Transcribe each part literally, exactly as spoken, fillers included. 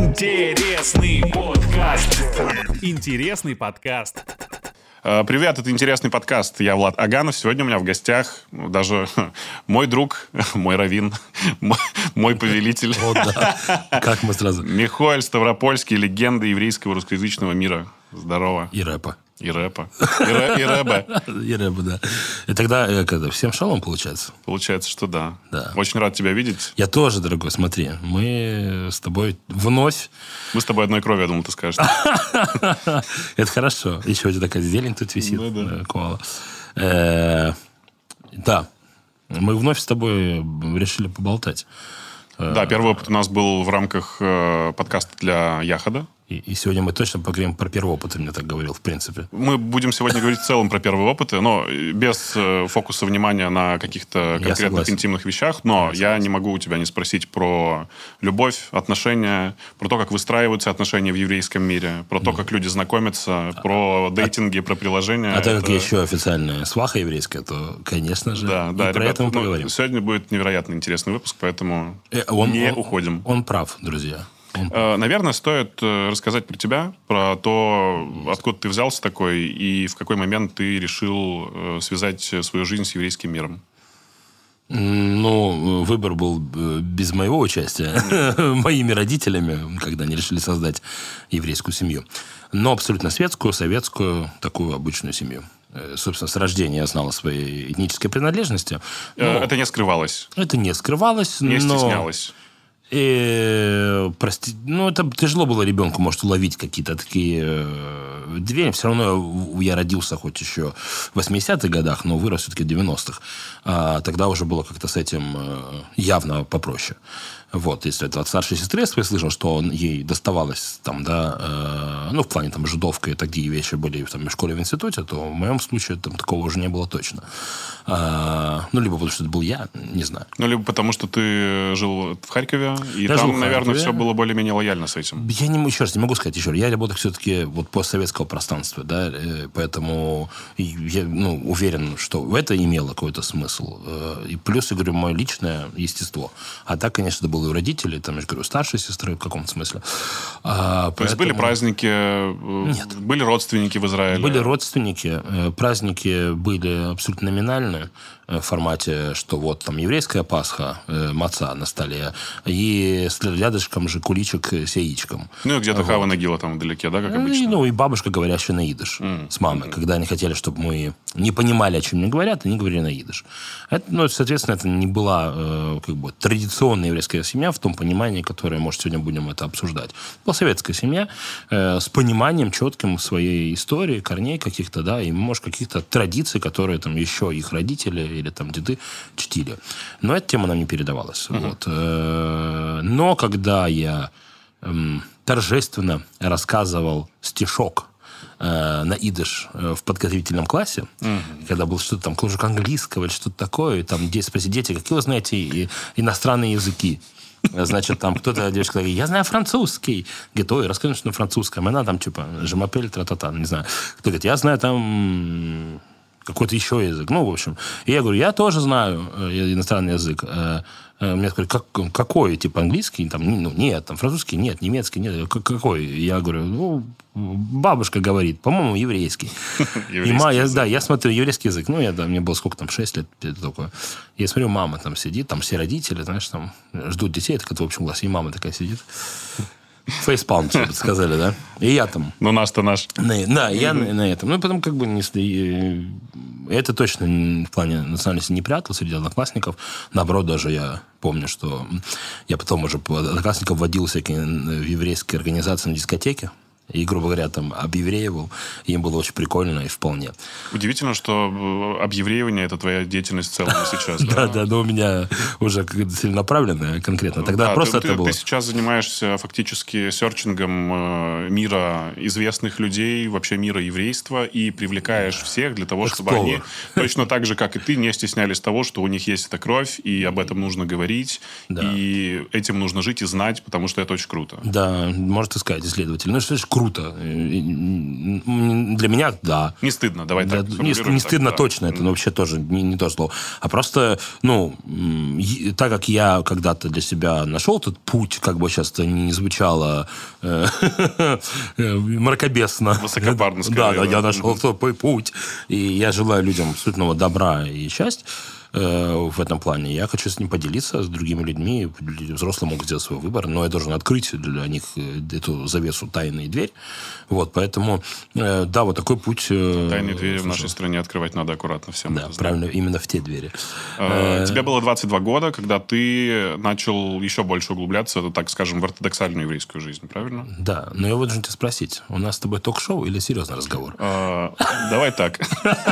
Интересный подкаст. Интересный подкаст. Привет, это «Интересный подкаст». Я Влад Аганов. Сегодня у меня в гостях даже мой друг, мой раввин, мой, мой повелитель. О, да. Как мы сразу. Михоэль Ставропольский, легенда еврейского русскоязычного мира. Здорово. И рэпа. И рэпа. И, рэ, и рэба. И рэба, да. И тогда когда, всем шалом, получается? Получается, что да. да. Очень рад тебя видеть. Я тоже, дорогой, смотри. Мы с тобой вновь... Мы с тобой одной крови, я думал, ты скажешь. Это хорошо. Еще вот такая зелень тут висит. Коала. Да. Мы вновь с тобой решили поболтать. Да, первый опыт у нас был в рамках подкаста для Яхада. И, и сегодня мы точно поговорим про первый опыт, ты мне так говорил, в принципе. Мы будем сегодня говорить в целом про первые опыты, но без э, фокуса внимания на каких-то конкретных интимных вещах. Но я, я не могу у тебя не спросить про любовь, отношения, про то, как выстраиваются отношения в еврейском мире, про то, как люди знакомятся, про дейтинги, а, про приложения. А это... так как я еще официальная сваха еврейская, то, конечно же, да, да, и про ребята, это мы ну, поговорим. Сегодня будет невероятно интересный выпуск, поэтому он, не он, уходим. Он прав, друзья. Наверное, стоит рассказать про тебя, про то, откуда ты взялся такой, и в какой момент ты решил связать свою жизнь с еврейским миром. Ну, выбор был без моего участия, моими родителями, когда они решили создать еврейскую семью. Но абсолютно светскую, советскую, такую обычную семью. Собственно, с рождения я знал о своей этнической принадлежности. Это не скрывалось? Это не скрывалось. Не но... стеснялось? И, прости, ну, это тяжело было ребенку, может, уловить какие-то такие э, двери. Все равно я родился хоть еще в восьмидесятых годах, но вырос все-таки в девяностых. А тогда уже было как-то с этим э, явно попроще. Вот, если это от старшей сестры я слышал, что он, ей доставалось там, да, э, ну, в плане там жидовка и такие вещи были там, в школе, в институте, то в моем случае там такого уже не было точно. А, ну, либо потому что это был я, не знаю. Ну, либо потому что ты жил в Харькове, и я там, наверное, все было более-менее лояльно с этим. Я не, еще раз не могу сказать, еще раз, я работаю все-таки вот постсоветского пространства, да, поэтому я, ну, уверен, что это имело какой-то смысл. И плюс, я говорю, мое личное естество. А так, конечно, это было и у родителей, там, я же говорю, старшей сестры в каком-то смысле. А, То поэтому... есть были праздники, Нет. Были родственники в Израиле? Были родственники, праздники были абсолютно номинальные в формате, что вот там еврейская Пасха, маца на столе, и рядышком же куличик с яичком. Ну, и где-то вот. Хава Нагила там вдалеке, да, как обычно? И, ну, и бабушка, говорящая на идыш mm. с мамой. Mm-hmm. Когда они хотели, чтобы мы не понимали, о чем они говорят, они говорили на идыш. Это, ну, соответственно, это не была э, как бы традиционная еврейская семья в том понимании, которое, может, сегодня будем это обсуждать. Была советская семья э, с пониманием четким своей истории, корней каких-то, да, и, может, каких-то традиций, которые там еще их родители или там деды чтили. Но эта тема нам не передавалась. Mm-hmm. Вот. Но когда я эм, торжественно рассказывал стишок э, на идыш э, в подготовительном классе, mm-hmm. когда был что-то там, кружок английского или что-то такое, и там дети спросили, дети, какие вы знаете и, иностранные языки? Значит, там кто-то, девочка говорит, я знаю французский. Говорит, ой, расскажи, что на французском. Она там, типа, жемапель, тра-та-та, не знаю. Кто говорит, я знаю там... какой-то еще язык. Ну, в общем. И я говорю, я тоже знаю иностранный язык. Мне говорят, как, какой? Типа английский? Там, ну, нет. Там французский? Нет. Немецкий? Нет. Какой? Я говорю, ну, бабушка говорит. По-моему, еврейский. И ма, я, да, я смотрю еврейский язык. Ну, я, да, мне было сколько там, шесть лет. Такое. Я смотрю, мама там сидит, там все родители, знаешь, там ждут детей. Это в общем классе. И мама такая сидит. Фейспалм, что бы сказали, да? И я там. Ну, наш-то наш. На, да, я на, на этом. Ну, потом как бы... Не, это точно в плане национальности не прятал среди одноклассников. Наоборот, даже я помню, что я потом уже одноклассников водил всякие в еврейские организации на дискотеке. И, грубо говоря, там объевреивал. И им было очень прикольно и вполне. Удивительно, что объевреивание – это твоя деятельность в целом сейчас. Да, да, но у меня уже целенаправленная конкретно. Тогда просто это было... Ты сейчас занимаешься фактически серчингом мира известных людей, вообще мира еврейства, и привлекаешь всех для того, чтобы они точно так же, как и ты, не стеснялись того, что у них есть эта кровь, и об этом нужно говорить, и этим нужно жить и знать, потому что это очень круто. Да, может искать исследователь. Ну, что ж, круто. Для меня, да. Не стыдно, давай да, так. Не, не стыдно да. точно, это вообще тоже не, не то слово. А просто, ну, так как я когда-то для себя нашел этот путь, как бы сейчас это не звучало э, мракобесно. Высокопарно, скорее. Да, да, я нашел свой путь. И я желаю людям абсолютного добра и счастья в этом плане. Я хочу с ним поделиться с другими людьми. Взрослые могут сделать свой выбор, но я должен открыть для них эту завесу тайны и дверь. Вот, поэтому, да, вот такой путь... Тайные двери в нашей стране открывать надо аккуратно всем. Да, правильно, именно в те двери. А, тебе было двадцать два года, когда ты начал еще больше углубляться, так скажем, в ортодоксальную еврейскую жизнь, правильно? Да, но я вот должен тебя спросить, у нас с тобой ток-шоу или серьезный разговор? Давай так.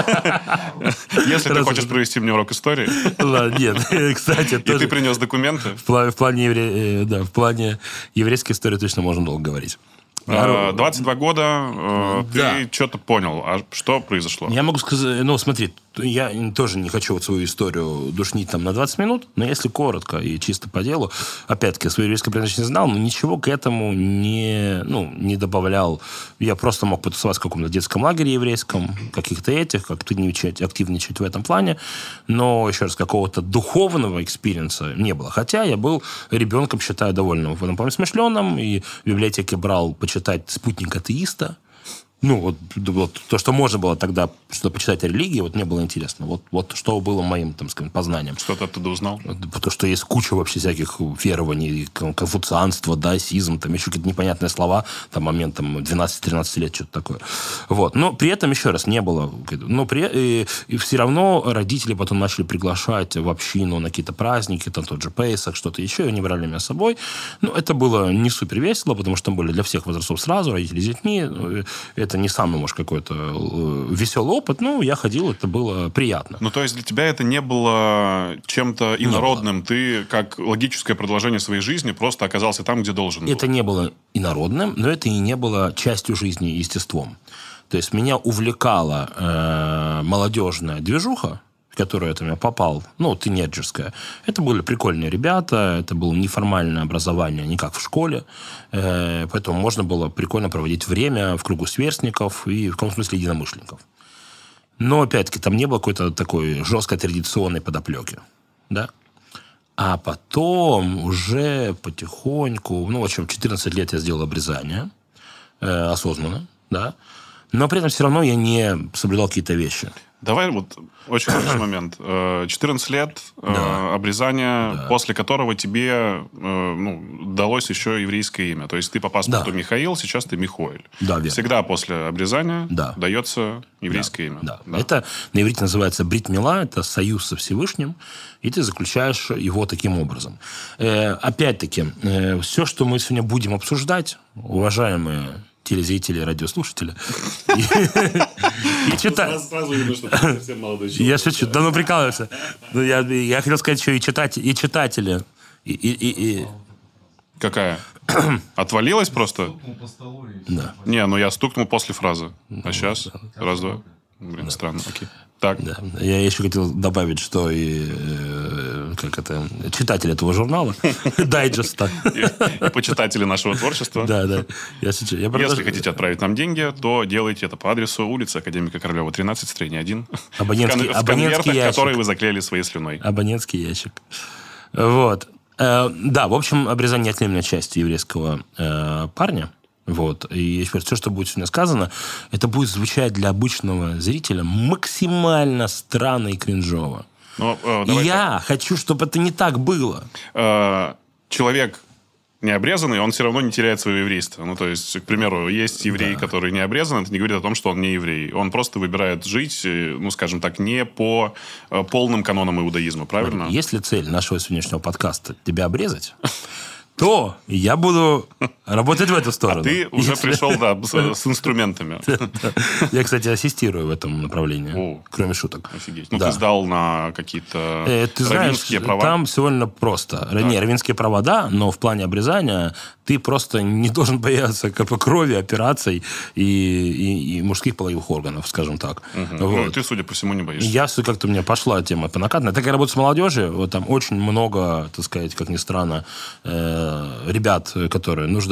Если ты хочешь провести мне урок истории... Ладно, нет, кстати... И ты принес документы? В плане, да, в плане еврейской истории точно можно долго говорить. двадцать два года, да. Ты что-то понял. А что произошло? Я могу сказать... Ну, смотри, я тоже не хочу вот свою историю душнить там на двадцать минут, но если коротко и чисто по делу, опять-таки, свою еврейскую принадлежность не знал, но ничего к этому не, ну, не добавлял. Я просто мог потусоваться в каком-то детском лагере еврейском, каких-то этих, активничать, активничать в этом плане, но, еще раз, какого-то духовного экспириенса не было. Хотя я был ребенком, считаю, довольно в этом плане смышленым, и в библиотеке брал почитать «Спутник атеиста». Ну, вот, вот то, что можно было тогда что почитать о религии, вот мне было интересно. Вот, вот что было моим, там, скажем, познанием. Что ты оттуда узнал? Потому что есть куча вообще всяких верований, конфуцианство, даосизм, там еще какие-то непонятные слова, там, момент там, двенадцать-тринадцать лет, что-то такое. Вот. Но при этом, еще раз, не было. Но при, и, и все равно родители потом начали приглашать в общину на какие-то праздники, там тот же Пейсах, что-то еще, и они брали меня с собой. Ну, это было не супер весело, потому что там были для всех возрастов сразу, родители с детьми. Это не самый, может, какой-то веселый опыт, но я ходил, это было приятно. Ну, то есть для тебя это не было чем-то инородным? Ты, как логическое продолжение своей жизни, просто оказался там, где должен был? Это не было инородным, но это и не было частью жизни и естеством. То есть меня увлекала э, молодежная движуха, в которую я там попал, ну, тинейджерская. Это были прикольные ребята, это было неформальное образование, не как в школе, э, поэтому можно было прикольно проводить время в кругу сверстников и, в каком смысле, единомышленников. Но, опять-таки, там не было какой-то такой жесткой традиционной подоплеки, да. А потом уже потихоньку, ну, в общем, в четырнадцать лет я сделал обрезание, э, осознанно, да, но при этом все равно я не соблюдал какие-то вещи. Давай вот очень хороший момент. четырнадцать лет, да. Обрезание, да. После которого тебе ну, далось еще еврейское имя. То есть ты по паспорту да. Михаил, сейчас ты Михоэль. Да, верно. Всегда после обрезания да. дается еврейское да. имя. Да. Да. Это на иврите называется брит мила, это союз со Всевышним, и ты заключаешь его таким образом. Э, опять-таки, э, все, что мы сегодня будем обсуждать, уважаемые телезрители, радиослушатели. И читать. Сразу видно, что ты совсем молодой человек. Я шучу. Да ну прикалывайся. Я хотел сказать, что и читатели. Какая? Отвалилась просто? Да. Не, ну я стукнул после фразы. А сейчас? Раз, два. Блин, странно. Окей. Так. Да. Я еще хотел добавить, что и э, как это, читатели этого журнала, дайджеста. И почитатели нашего творчества. Да, да. Я сейчас, я Если хотите отправить нам деньги, то делайте это по адресу улица Академика Королева, тринадцать, строение один. Абонентский, в конвертах, которые вы заклеили своей слюной. Абонентский ящик. Вот. Э, да, в общем, обрезание неотъемлемая часть еврейского э, парня. Вот. И все, что будет сегодня сказано, это будет звучать для обычного зрителя максимально странно и кринжово. Но, э, и я так. хочу, чтобы это не так было. Э, человек не обрезанный, он все равно не теряет свое еврейство. Ну, то есть, к примеру, есть еврей, да. который не обрезан, это не говорит о том, что он не еврей. Он просто выбирает жить, ну, скажем так, не по полным канонам иудаизма, правильно? Если цель нашего сегодняшнего подкаста тебя обрезать, то я буду работать в эту сторону. А ты уже Если... пришел, да, с, с инструментами. Я, кстати, ассистирую в этом направлении, О, кроме шуток. Офигеть. Ну, да. Ты сдал на какие-то э, ты раввинские знаешь, права? Там все довольно просто. Да. Не, раввинские права, да, но в плане обрезания ты просто не должен бояться крови, операций и, и, и мужских половых органов, скажем так. Угу. Вот. Ну, ты, судя по всему, не боишься. Я как-то у меня пошла тема по накатанной. Так как я работаю с молодежью, вот там очень много, так сказать, как ни странно, э, ребят, которые нуждаются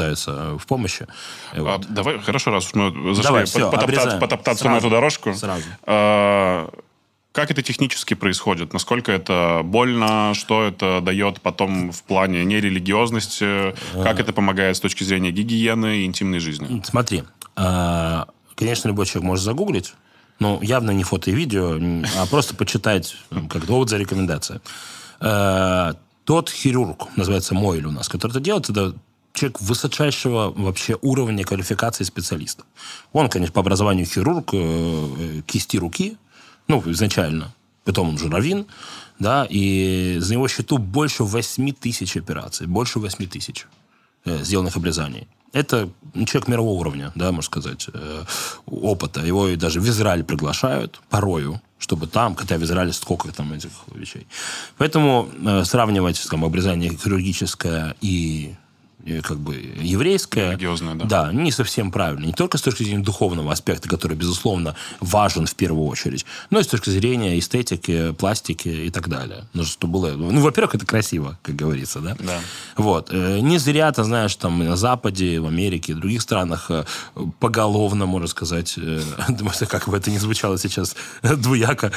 нуждаются в помощи. Вот. А, давай, хорошо, раз уж мы зашли давай, под, все, потоптаться, потоптаться сразу, на эту дорожку. Сразу. А, как это технически происходит? Насколько это больно? Что это дает потом в плане нерелигиозности? Как это помогает с точки зрения гигиены и интимной жизни? Смотри, конечно, любой человек может загуглить, но явно не фото и видео, а просто почитать как довод за рекомендация. Тот хирург, называется Мойль у нас, который это делает, это человек высочайшего вообще уровня квалификации специалиста. Он, конечно, по образованию хирург кисти руки, ну, изначально. Потом он же раввин, да, и за его счету больше восьми тысяч операций, больше восьми тысяч э, сделанных обрезаний. Это человек мирового уровня, да, можно сказать, э, опыта. Его и даже в Израиль приглашают порою, чтобы там, хотя в Израиле сколько там этих вещей. Поэтому э, сравнивать, скажем, обрезание хирургическое и как бы еврейское, религиозное, да. Да, не совсем правильно. Не только с точки зрения духовного аспекта, который, безусловно, важен в первую очередь, но и с точки зрения эстетики, пластики и так далее. Ну, что было... Ну, во-первых, это красиво, как говорится, да? Да. Вот. Не зря, ты знаешь, там на Западе, в Америке и других странах поголовно, можно сказать, как бы это ни звучало сейчас двояко,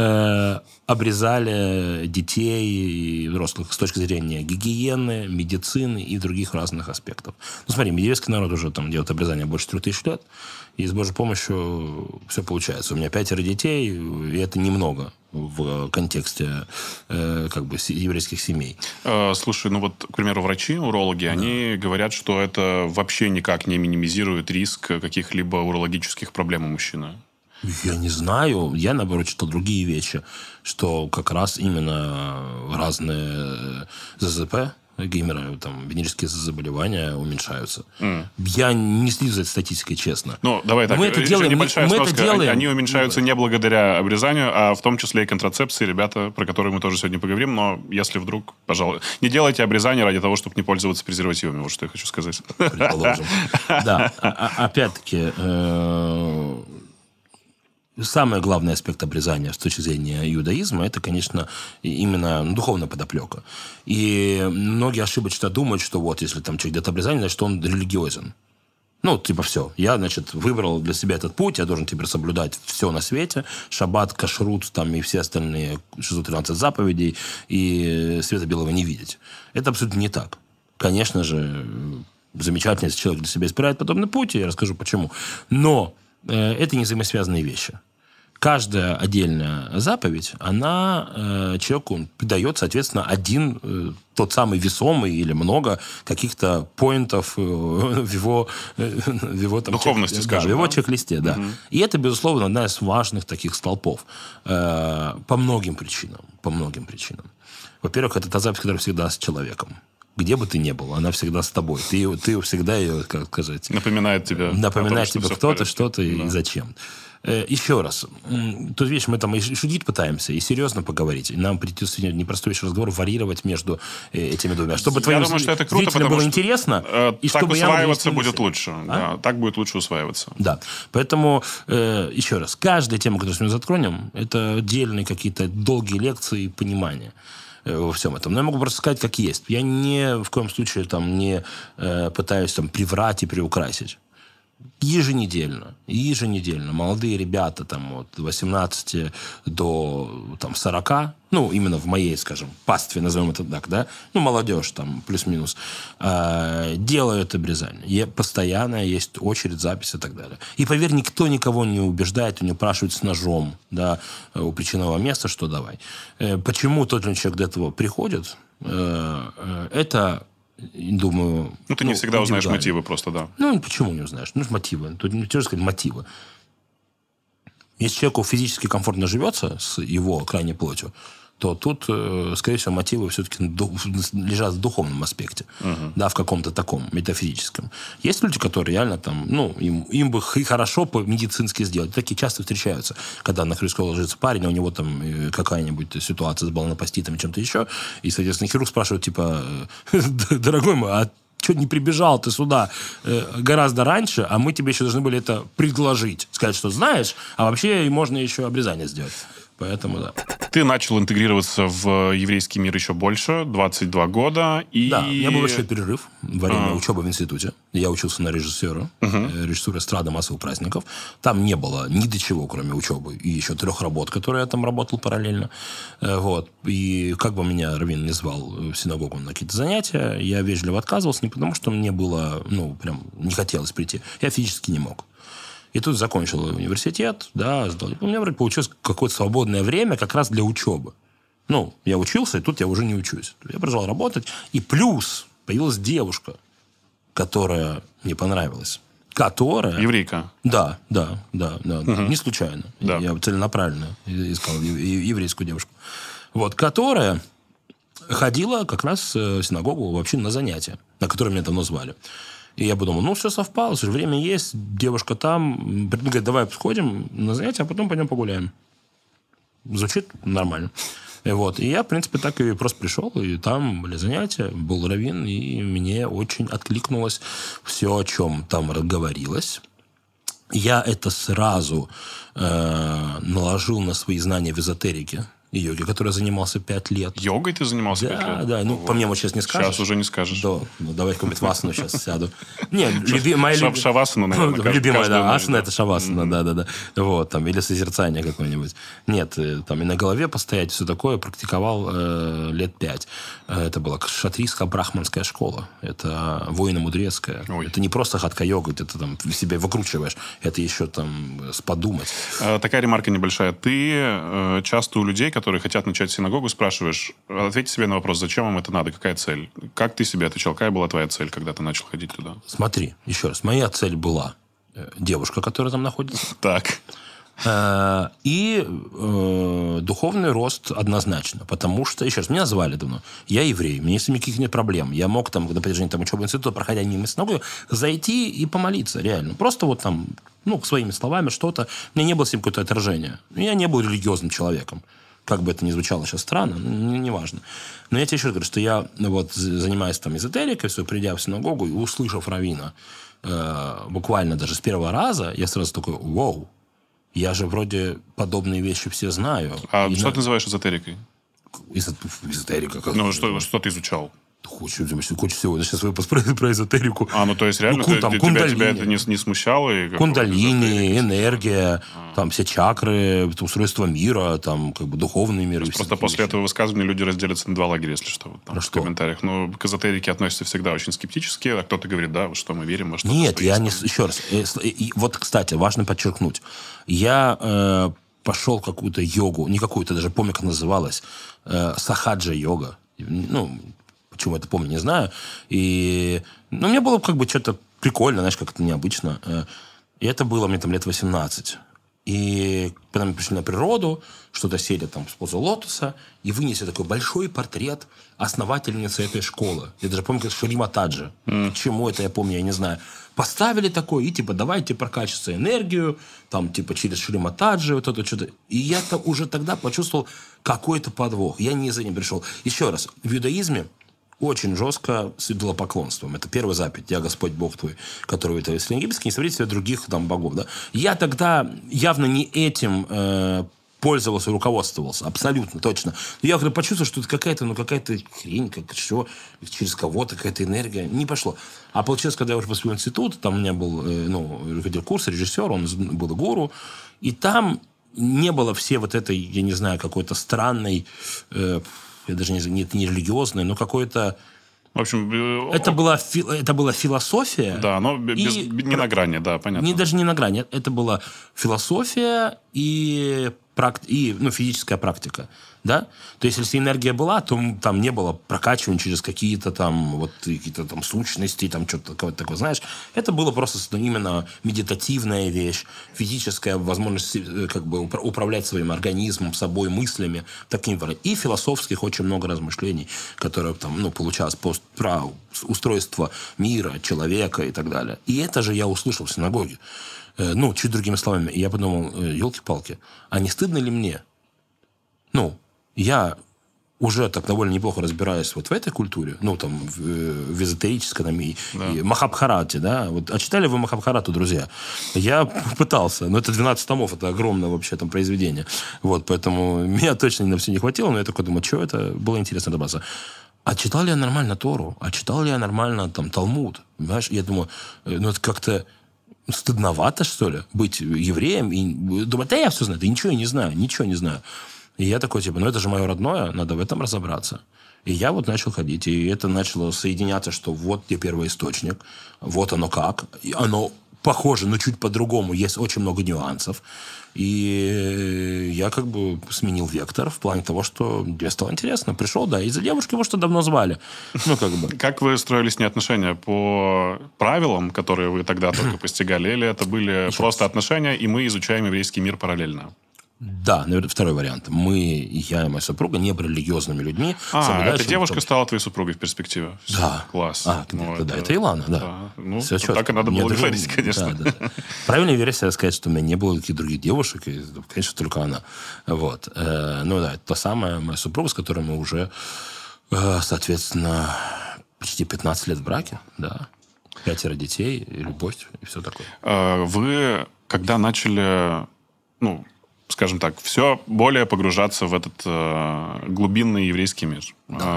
обрезали детей и взрослых с точки зрения гигиены, медицины и других разных аспектов. Ну, смотри, еврейский народ уже там делает обрезание больше трех тысяч лет, и с Божьей помощью все получается. У меня пятеро детей, и это немного в контексте э, как бы еврейских семей. Слушай, ну вот, к примеру, врачи, урологи, да. Они говорят, что это вообще никак не минимизирует риск каких-либо урологических проблем у мужчины. Я не знаю. Я, наоборот, читал другие вещи, что как раз именно разные ЗЗП, геймеры, там, венерические заболевания уменьшаются. Mm. Я не слежу за статистикой, честно. Ну, давай так. Мы это делаем. Небольшая мы, мы сноска. это делаем. Они уменьшаются не благодаря обрезанию, а в том числе и контрацепции, ребята, про которые мы тоже сегодня поговорим. Но если вдруг, пожалуй, не делайте обрезание ради того, чтобы не пользоваться презервативами. Вот что я хочу сказать. Предположим. Да. Опять-таки... Самый главный аспект обрезания с точки зрения иудаизма – это, конечно, именно духовная подоплека. И многие ошибочно думают, что вот, если там человек делает обрезание, значит, он религиозен. Ну, типа, все. Я, значит, выбрал для себя этот путь, я должен теперь соблюдать все на свете. Шаббат, кашрут там, и все остальные шестьсот тринадцать заповедей, и света белого не видеть. Это абсолютно не так. Конечно же, замечательно, если человек для себя избирает подобный путь, и я расскажу, почему. Но это не взаимосвязанные вещи. Каждая отдельная заповедь, она э, человеку придает, соответственно, один э, тот самый весомый или много каких-то поинтов э, в его, э, в его там, духовности, чек, скажем, да, в его да? чек-листе. Да. Угу. И это, безусловно, одна из важных таких столпов. Э, по многим причинам. По многим причинам. Во-первых, это та заповедь, которая всегда с человеком. Где бы ты ни был, она всегда с тобой. Ты, ты всегда ее, как сказать... Напоминает тебе. Напоминает том, тебе кто-то, что-то да. и зачем. Еще раз. Тут, видишь, мы там и шутить пытаемся, и серьезно поговорить. И нам придется сегодня непростой еще разговор варьировать между этими двумя. Чтобы я думаю, что это круто, зрителям было что, интересно. Э, и так чтобы усваиваться я будет лучше. А? Да, так будет лучше усваиваться. Да. Поэтому, э, еще раз, каждая тема, которую мы затронем, это отдельные какие-то долгие лекции и понимания во всем этом. Но я могу просто сказать, как есть. Я ни в коем случае там, не э, пытаюсь там, приврать и приукрасить. Еженедельно, еженедельно молодые ребята там, от восемнадцати до там, сорока, ну, именно в моей, скажем, пастве, назовем это так, да, ну, молодежь там, плюс-минус, э, делают обрезание. Постоянно есть очередь, запись и так далее. И, поверь, никто никого не убеждает, не упрашивает с ножом, да, у причинного места, что давай. Э, почему тот же человек до этого приходит, э, э, это... Думаю... Ну, ты не ну, всегда узнаешь мотивы просто, да. Ну, почему не узнаешь? Ну, мотивы. Тут не сказать мотивы. Если человеку физически комфортно живется с его крайней плотью, то тут, скорее всего, мотивы все-таки лежат в духовном аспекте. Uh-huh. Да, в каком-то таком метафизическом. Есть люди, которые реально там, ну, им, им бы хорошо по-медицински сделать. Такие часто встречаются, когда на крючок ложится парень, а у него там какая-нибудь ситуация с баланопаститом и чем-то еще, и, соответственно, хирург спрашивает, типа, дорогой мой, а что не прибежал ты сюда э, гораздо раньше, а мы тебе еще должны были это предложить. Сказать, что знаешь, а вообще можно еще обрезание сделать. Поэтому, да. ты начал интегрироваться в еврейский мир еще больше, двадцать два года. И... Да, у меня был большой перерыв во время а. учебы в институте. Я учился на режиссера, uh-huh. режиссура эстрады массовых праздников. Там не было ни до чего, кроме учебы. И еще трех работ, которые я там работал параллельно. Вот. И как бы меня раввин не звал в синагогу на какие-то занятия, я вежливо отказывался, не потому что мне было, ну, прям не хотелось прийти. Я физически не мог. И тут закончил университет, да, сдал. У меня вроде получилось какое-то свободное время как раз для учебы. Ну, я учился, и тут я уже не учусь. Я продолжал работать. И плюс появилась девушка, которая мне понравилась. Которая... Еврейка. Да, да, да. да угу. Не случайно. Да. Я целенаправленно искал еврейскую девушку. Вот, которая ходила как раз в синагогу вообще на занятия, на которые меня давно звали. И я подумал, ну, все совпало, время есть, девушка там. Говорит, давай сходим на занятия, а потом пойдем погуляем. Звучит нормально. И, вот. и я, в принципе, так и просто пришел, и там были занятия, был раввин, и мне очень откликнулось все, о чем там разговорилось. Я это сразу э, наложил на свои знания в эзотерике и йоге, которой я занимался пять лет. Йогой ты занимался да, пять лет? Да, ну, вот. По мне вот сейчас не скажешь. Сейчас уже не скажешь. Да, ну, давай какую-нибудь васану сейчас сяду. Нет, моя любимая... Шавасану, наверное. Любимая, да, асана – это шавасана, да-да-да. Вот, там, или созерцание какое-нибудь. Нет, там и на голове постоять, все такое, практиковал э, лет пять. Это была шатрийско-брахманская школа. Это воино-мудрецкая. Ой. Это не просто хатха-йога, где ты там себя выкручиваешь. Это еще там подумать. Такая ремарка небольшая. Ты э, часто у людей, которые хотят начать синагогу, спрашиваешь, ответьте себе на вопрос, зачем вам это надо, какая цель? Как ты себе отвечал? Какая была твоя цель, когда ты начал ходить туда? Смотри, еще раз. Моя цель была э, девушка, которая там находится. Так. Э, и э, духовный рост однозначно. Потому что, еще раз, меня звали давно. Я еврей, у меня с никаких нет проблем. Я мог там, на протяжении там, учебы института, проходя мимо синагоги, зайти и помолиться, реально. Просто вот там, ну, своими словами что-то. У меня не было с ним какое-то отражение. Я не был религиозным человеком. Как бы это ни звучало сейчас странно, ну, неважно. Но я тебе еще раз говорю, что я вот занимаюсь там эзотерикой, все, придя в синагогу и услышав раввина э, буквально даже с первого раза, я сразу такой, вау, я же вроде подобные вещи все знаю. А и что на... ты называешь эзотерикой? Эзо... Эзотерика. Как ну, что, что ты изучал? Куча, куча всего. Сейчас выпуск про, про эзотерику. А, ну то есть реально ну, ты, там, тебя, тебя это не, не смущало? И кундалини, энергия, а. там все чакры, устройство мира, там как бы духовный мир. Просто после вещи. Этого высказывания люди разделятся на два лагеря, если что, вот, там, в что? комментариях. Ну, к эзотерике относятся всегда очень скептически, а кто-то говорит, да, во что мы верим, во что Нет, я не... Еще раз. Вот, кстати, важно подчеркнуть. Я э, пошел в какую-то йогу, не какую-то, даже помню, как называлась, э, сахаджа-йога. Ну... Почему это помню, не знаю. И... Ну, мне было как бы что-то прикольно, знаешь, как-то необычно. И это было мне там лет восемнадцать. И когда мы пришли на природу, что-то сели там с позы лотоса, и вынесли такой большой портрет основательницы этой школы. Я даже помню, как Шри Матаджи. Mm. Почему это, я помню, я не знаю. Поставили такой, и типа, давайте прокачиваться энергию, там, типа, через Шри Матаджи, вот это что-то. И я-то уже тогда почувствовал какой-то подвох. Я не за ним пришел. Еще раз, в иудаизме очень жестко с идолопоклонством. Это первая заповедь. Я Господь Бог твой, который это если египетский, не смотрите себе других там богов. Да? Я тогда явно не этим э, пользовался, руководствовался. Абсолютно, точно. Но я когда почувствовал, что это какая-то, ну, какая-то хрень, как что, через кого-то какая-то энергия. Не пошло. А получилось, когда я уже поступил в институт, там у меня был, э, ну, руководитель курса, режиссер, он был гуру. И там не было все вот этой, я не знаю, какой-то странной... Э, я даже не знаю, это не религиозное, но какое-то... В общем... Это была, это была философия. Да, но без, и... не на грани, да, понятно. Не, даже не на грани. Это была философия и, практи... и ну, физическая практика. Да? То есть, если энергия была, то там не было прокачивания через какие-то там, вот, какие-то там сущности, там что-то такое, знаешь. Это было просто ну, именно медитативная вещь, физическая возможность как бы управлять своим организмом, собой, мыслями. Таким образом. И философских очень много размышлений, которые там, ну, получалось про устройство мира, человека и так далее. И это же я услышал в синагоге. Ну, чуть другими словами. И я подумал, елки-палки, а не стыдно ли мне? Ну, я уже так довольно неплохо разбираюсь вот в этой культуре, ну, там, в, в эзотерической, там, и, да. и Махабхарате, да. Вот, а читали вы Махабхарату, друзья? Я пытался, но это двенадцать томов, это огромное вообще там произведение. Вот, поэтому меня точно на все не хватило, но я такой думаю, что это, было интересно добраться. А читал ли я нормально Тору? А читал ли я нормально там Талмуд? Понимаешь, я думаю, ну, это как-то стыдновато, что ли, быть евреем и думать, да я все знаю, да ничего я не знаю, ничего не знаю. И я такой, типа, ну это же мое родное, надо в этом разобраться. И я вот начал ходить, и это начало соединяться, что вот тебе первоисточник, вот оно как, и оно похоже, но чуть по-другому, есть очень много нюансов. И я как бы сменил вектор в плане того, что мне стало интересно. Пришел, да, из-за девушки его что давно звали. Ну, как бы. Как вы строили с ней отношения? По правилам, которые вы тогда только постигали, или это были Еще просто раз. отношения, и мы изучаем еврейский мир параллельно? Да, наверное, второй вариант. Мы, я и моя супруга, не были религиозными людьми. А, эта девушка стала твоей супругой в перспективе? Все, да. Класс. А, ну, да, это, это Илана, да. да. Ну, Все так и надо было даже... говорить, конечно. Да, да. Правильная версия сказать, что у меня не было никаких других девушек, и, конечно, только она. Вот. Ну да, это та самая моя супруга, с которой мы уже, соответственно, почти пятнадцать лет в браке, да. Пятеро детей, и любовь, и все такое. Вы, когда начали, ну, скажем так, все более погружаться в этот э, глубинный еврейский мир.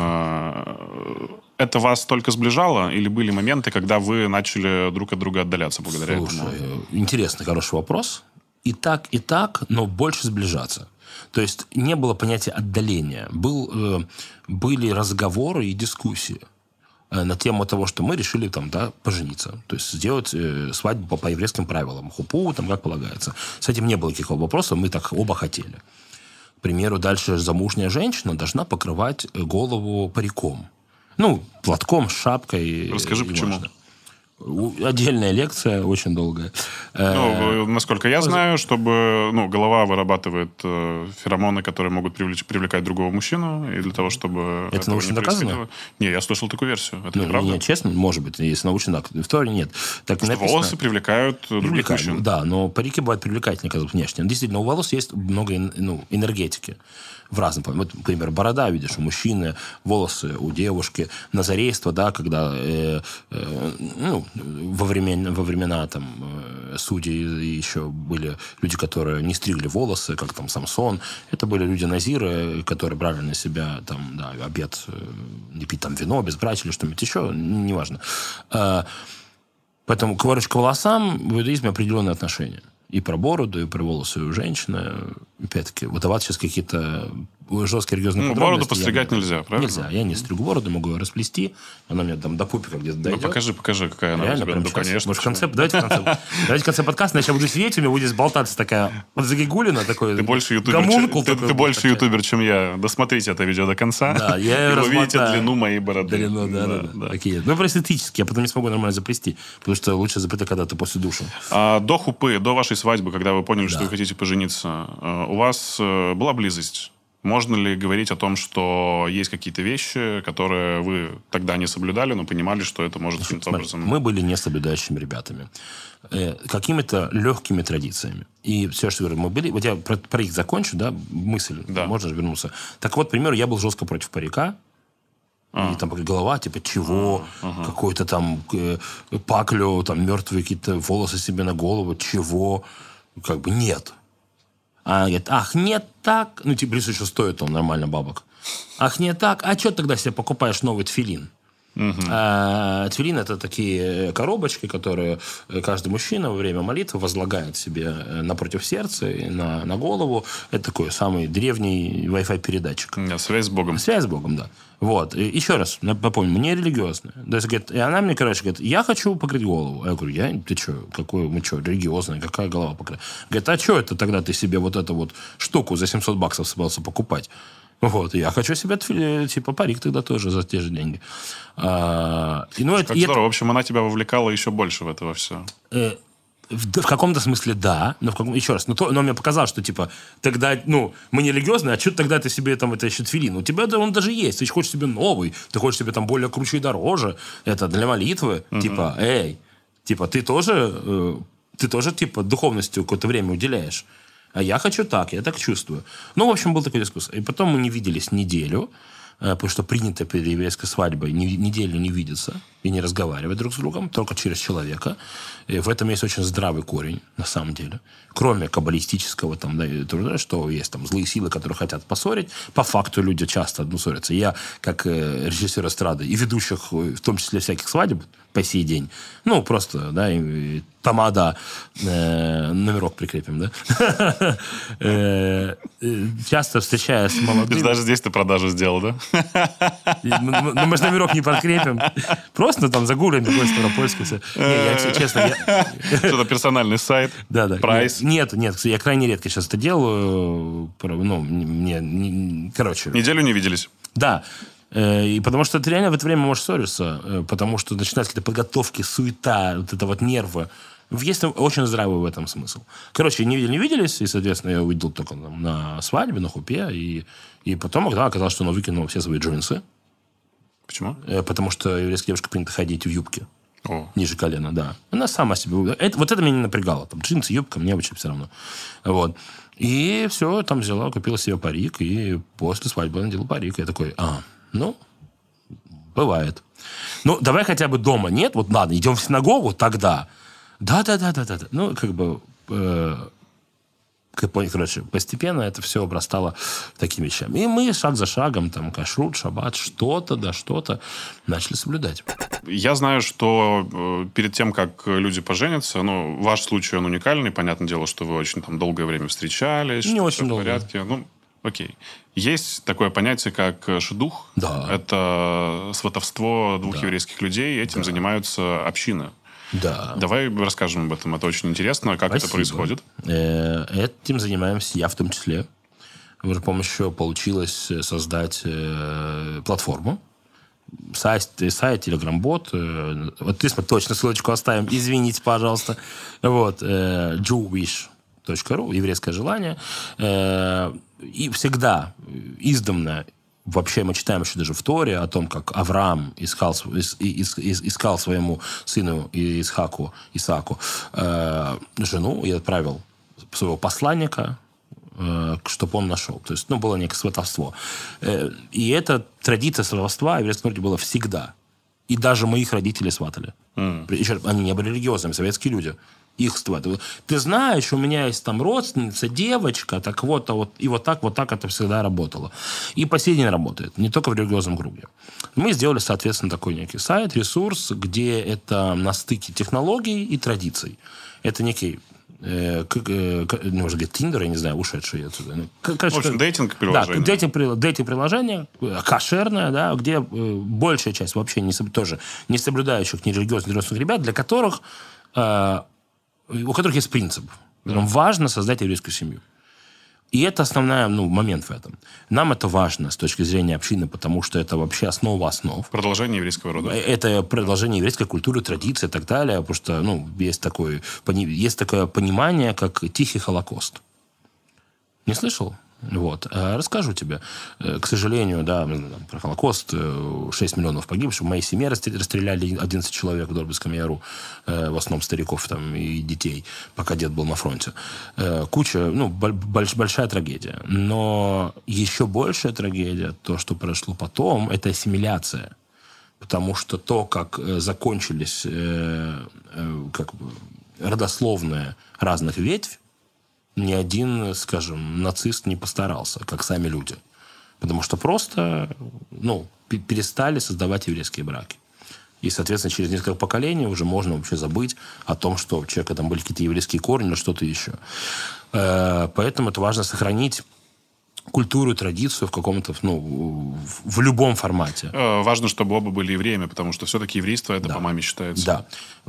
Да. Э, это вас только сближало? Или были моменты, когда вы начали друг от друга отдаляться благодаря Слушай, этому? Слушай, интересный, хороший вопрос. И так, и так, но больше сближаться. То есть не было понятия отдаления. Был, э, были разговоры и дискуссии на тему того, что мы решили там, да, пожениться. То есть сделать э, свадьбу по, по еврейским правилам. Хупу, там, как полагается. С этим не было никакого вопроса, мы так оба хотели. К примеру, дальше замужняя женщина должна покрывать голову париком. Ну, платком, шапкой. Расскажи, почему. Важно. Отдельная лекция, очень долгая. Ну, насколько я знаю, чтобы ну, голова вырабатывает э, феромоны, которые могут привлечь, привлекать другого мужчину, и для того, чтобы... Это научно доказано? Не, я слышал такую версию. Это ну, неправда? Нет, честно, может быть, если научно, да. В теории нет. Так что написано, волосы привлекают других привлекают, мужчин. Да, но парики бывают привлекательные, как внешне. Действительно, у волос есть много ну, энергетики. В разном плане. Вот, например, борода, видишь, у мужчины, волосы у девушки, назарейство, да, когда э, э, ну, во, времена, во времена там, э, судей еще были люди, которые не стригли волосы, как там Самсон. Это были люди-назиры, которые брали на себя там, да, обет э, не пить там вино, безбрачие или что-нибудь еще, неважно. Э, поэтому к, к волосам в иудаизме определенные отношения. И про бороду, и про волосы у женщины. Опять-таки, выдавать сейчас какие-то жесткие религиозные ну, подробности. Бороду постригать не... нельзя, правильно? Нельзя. Я не стригу бороду, могу ее расплести. Она мне там до пупика где-то дойдет. Ну, покажи, покажи, какая она реально, у тебя. Прям ну, сейчас. конечно. Может, в конце... Давайте в конце... Давайте в конце подкаста. Я сейчас буду сидеть, у меня будет болтаться такая вот Загигулина, такой ты больше ютубер, чем... ты, ты больше ютубер, чем я. Досмотрите это видео до конца. Да, я и вы увидите длину моей бороды. Длину, да, да, да. да. Такие. Ну, просто эстетически. Я потом не смогу нормально заплести. Потому что лучше заплетать, когда ты после душа. А, до хупы, до вашей свадьбы, когда вы поняли, да. что вы хотите пожениться, у вас была близость? Можно ли говорить о том, что есть какие-то вещи, которые вы тогда не соблюдали, но понимали, что это может каким-то образом... Мы были несоблюдающими ребятами. Э, какими-то легкими традициями. И все, что говорю, мы были... Вот я про парик закончу, да, мысль, да. можно же вернуться. Так вот, к примеру, я был жестко против парика. А. И там голова, типа, чего? А. Ага. Какой-то там э, паклю, там мертвые какие-то волосы себе на голову. Чего? Как бы нет. А она говорит, ах, нет, так. Ну, типа, плюс еще стоит он нормально бабок. Ах, нет, так. А что тогда себе покупаешь новый тфилин? Угу. А, тфилин – это такие коробочки, которые каждый мужчина во время молитвы возлагает себе напротив сердца и на, на голову. Это такой самый древний Wi-Fi передатчик. Нет, связь с Богом. Связь с Богом, да. Вот. И еще раз напомню, мне религиозная. То есть, говорит, и она мне, короче, говорит, я хочу покрыть голову. А я говорю, я, ты что, какой, мы что, религиозная, какая голова покрыть? Говорит, а что это тогда ты себе вот эту вот штуку за семьсот баксов собрался покупать? Вот, я хочу себе, типа, парик тогда тоже за те же деньги. А, и, ну, как это, здорово. это... В общем, она тебя вовлекала еще больше в это во все. Э, в, в каком-то смысле да, но в каком... еще раз, но, то, но он мне показал, что, типа, тогда, ну, мы не религиозные, а что тогда ты себе там, это еще тфилин? У тебя он даже есть, ты хочешь себе новый, ты хочешь себе там более круче и дороже, это для молитвы, угу. типа, эй, типа, ты тоже, э, ты тоже, типа, духовностью какое-то время уделяешь. А я хочу так, я так чувствую. Ну, в общем, был такой дискусс. И потом мы не виделись неделю. потому что принято перед еврейской свадьбой неделю не видеться и не разговаривать друг с другом, только через человека. И в этом есть очень здравый корень, на самом деле. Кроме каббалистического, там, да, что есть там злые силы, которые хотят поссорить. По факту люди часто ну, ссорятся. Я, как режиссер эстрады и ведущих, в том числе всяких свадеб по сей день, ну, просто, да, и, тамада, э, номерок прикрепим, да, часто встречаясь с молодыми... Даже здесь ты продажу сделал, да? Ну, мы же номерок не подкрепим. Просто там загуглим такой старопольский. Не, я, честно... Я... Что-то персональный сайт, да, да. прайс. Нет, нет, я крайне редко сейчас это делаю. Ну, мне... Не, короче... Неделю не виделись? Да. И потому что ты реально в это время можешь ссориться. Потому что начинаются какие-то подготовки, суета, вот это вот нервы. Есть очень здравый в этом смысл. Короче, не, не виделись, и, соответственно, я увидел только там, на свадьбе, на хупе, и, и потом когда оказалось, что он выкинул все свои джинсы. Почему? Потому что еврейская девушка принято ходить в юбке. О. Ниже колена, да. Она сама себе... Это, вот это меня не напрягало. Там, джинсы, юбка, мне вообще все равно. Вот. И все, там взяла, купила себе парик, и после свадьбы она надела парик. И я такой, а, ну, бывает. Ну, давай хотя бы дома. Нет, вот ладно, идем в синагогу, тогда... Да-да-да-да-да. Ну, как бы, э, короче, постепенно это все обрастало такими вещами. И мы шаг за шагом, там, кашрут, шаббат, что-то, да, что-то начали соблюдать. Я знаю, что э, перед тем, как люди поженятся, ну, ваш случай, он уникальный, понятное дело, что вы очень там долгое время встречались. Не очень в долго. порядке. Ну, окей. Есть такое понятие, как шидух. Да. Это сватовство двух да. еврейских людей, этим да. занимаются общины. Да. Давай расскажем об этом. Это очень интересно. Как Спасибо. это происходит? Этим занимаемся я в том числе. Уже помощью получилось создать платформу. Сайт, сайт Телеграм-бот. Вот здесь мы точно ссылочку оставим. Извините, пожалуйста. Вот. Jewish точка ру. Еврейское желание. И всегда, издавна, вообще мы читаем еще даже в Торе о том, как Авраам искал, искал своему сыну Исхаку, Исааку э, жену и отправил своего посланника, э, чтобы он нашел. То есть, ну, было некое сватовство. Э, и эта традиция сватовства в еврейском народе была всегда. И даже моих родителей сватали. Mm. Еще, они не были религиозными, советские люди. Их сватали. Ты знаешь, у меня есть там родственница, девочка, так вот, а вот, и вот так, вот так это всегда работало. И по сей день работает, не только в религиозном круге. Мы сделали, соответственно, такой некий сайт, ресурс, где это на стыке технологий и традиций. Это некий, э, э, не может быть, Тиндер, я не знаю, ушедший отсюда. Короче, в общем, дейтинг-приложение. Да, дейтинг, дейтинг-приложение, кошерное, да, где большая часть вообще не, тоже не соблюдающих нерелигиозных религиозных ребят, для которых... Э, у которых есть принцип. Да. Важно создать еврейскую семью. И это основной ну, момент в этом. Нам это важно с точки зрения общины, потому что это вообще основа основ. Продолжение еврейского рода. Это продолжение еврейской культуры, традиции и так далее. Потому что ну, есть, такое, есть такое понимание, как тихий Холокост. Не слышал? Вот. Расскажу тебе. К сожалению, да, про Холокост, шесть миллионов погибших. В моей семье расстреляли одиннадцать человек в Дорбельском Яру, в основном стариков там, и детей, пока дед был на фронте. Куча, ну, больш, большая трагедия. Но еще большая трагедия, то, что произошло потом, это ассимиляция. Потому что то, как закончились как бы, родословные разных ветвь, ни один, скажем, нацист не постарался, как сами люди. Потому что просто ну, перестали создавать еврейские браки. И, соответственно, через несколько поколений уже можно вообще забыть о том, что у человека там были какие-то еврейские корни или что-то еще. Поэтому это важно сохранить культуру, традицию в каком-то, ну, в любом формате. Важно, чтобы оба были евреями, потому что все-таки еврейство это да. по маме считается. Да.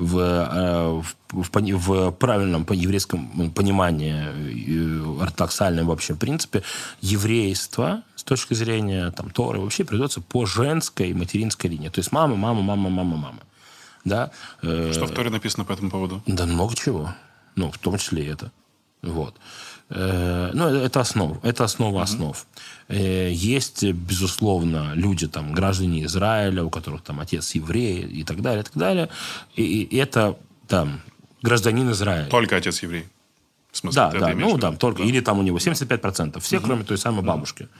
В, в, в, в правильном по еврейском понимании, ортодоксальном вообще принципе, еврейство с точки зрения там, Торы вообще придется по женской материнской линии. То есть мама, мама, мама, мама, мама. Да? Что в Торе написано по этому поводу? Да много чего. Ну, в том числе и это. Вот. Ну, это основа, это основа основ. Mm-hmm. Есть, безусловно, люди, там, граждане Израиля, у которых там отец еврей и так далее, и так далее. И, и это там гражданин Израиля. Только отец еврей. В смысле, да, да, ну, да, только. Да. Или там у него семьдесят пять процентов. Все, mm-hmm. кроме той самой бабушки.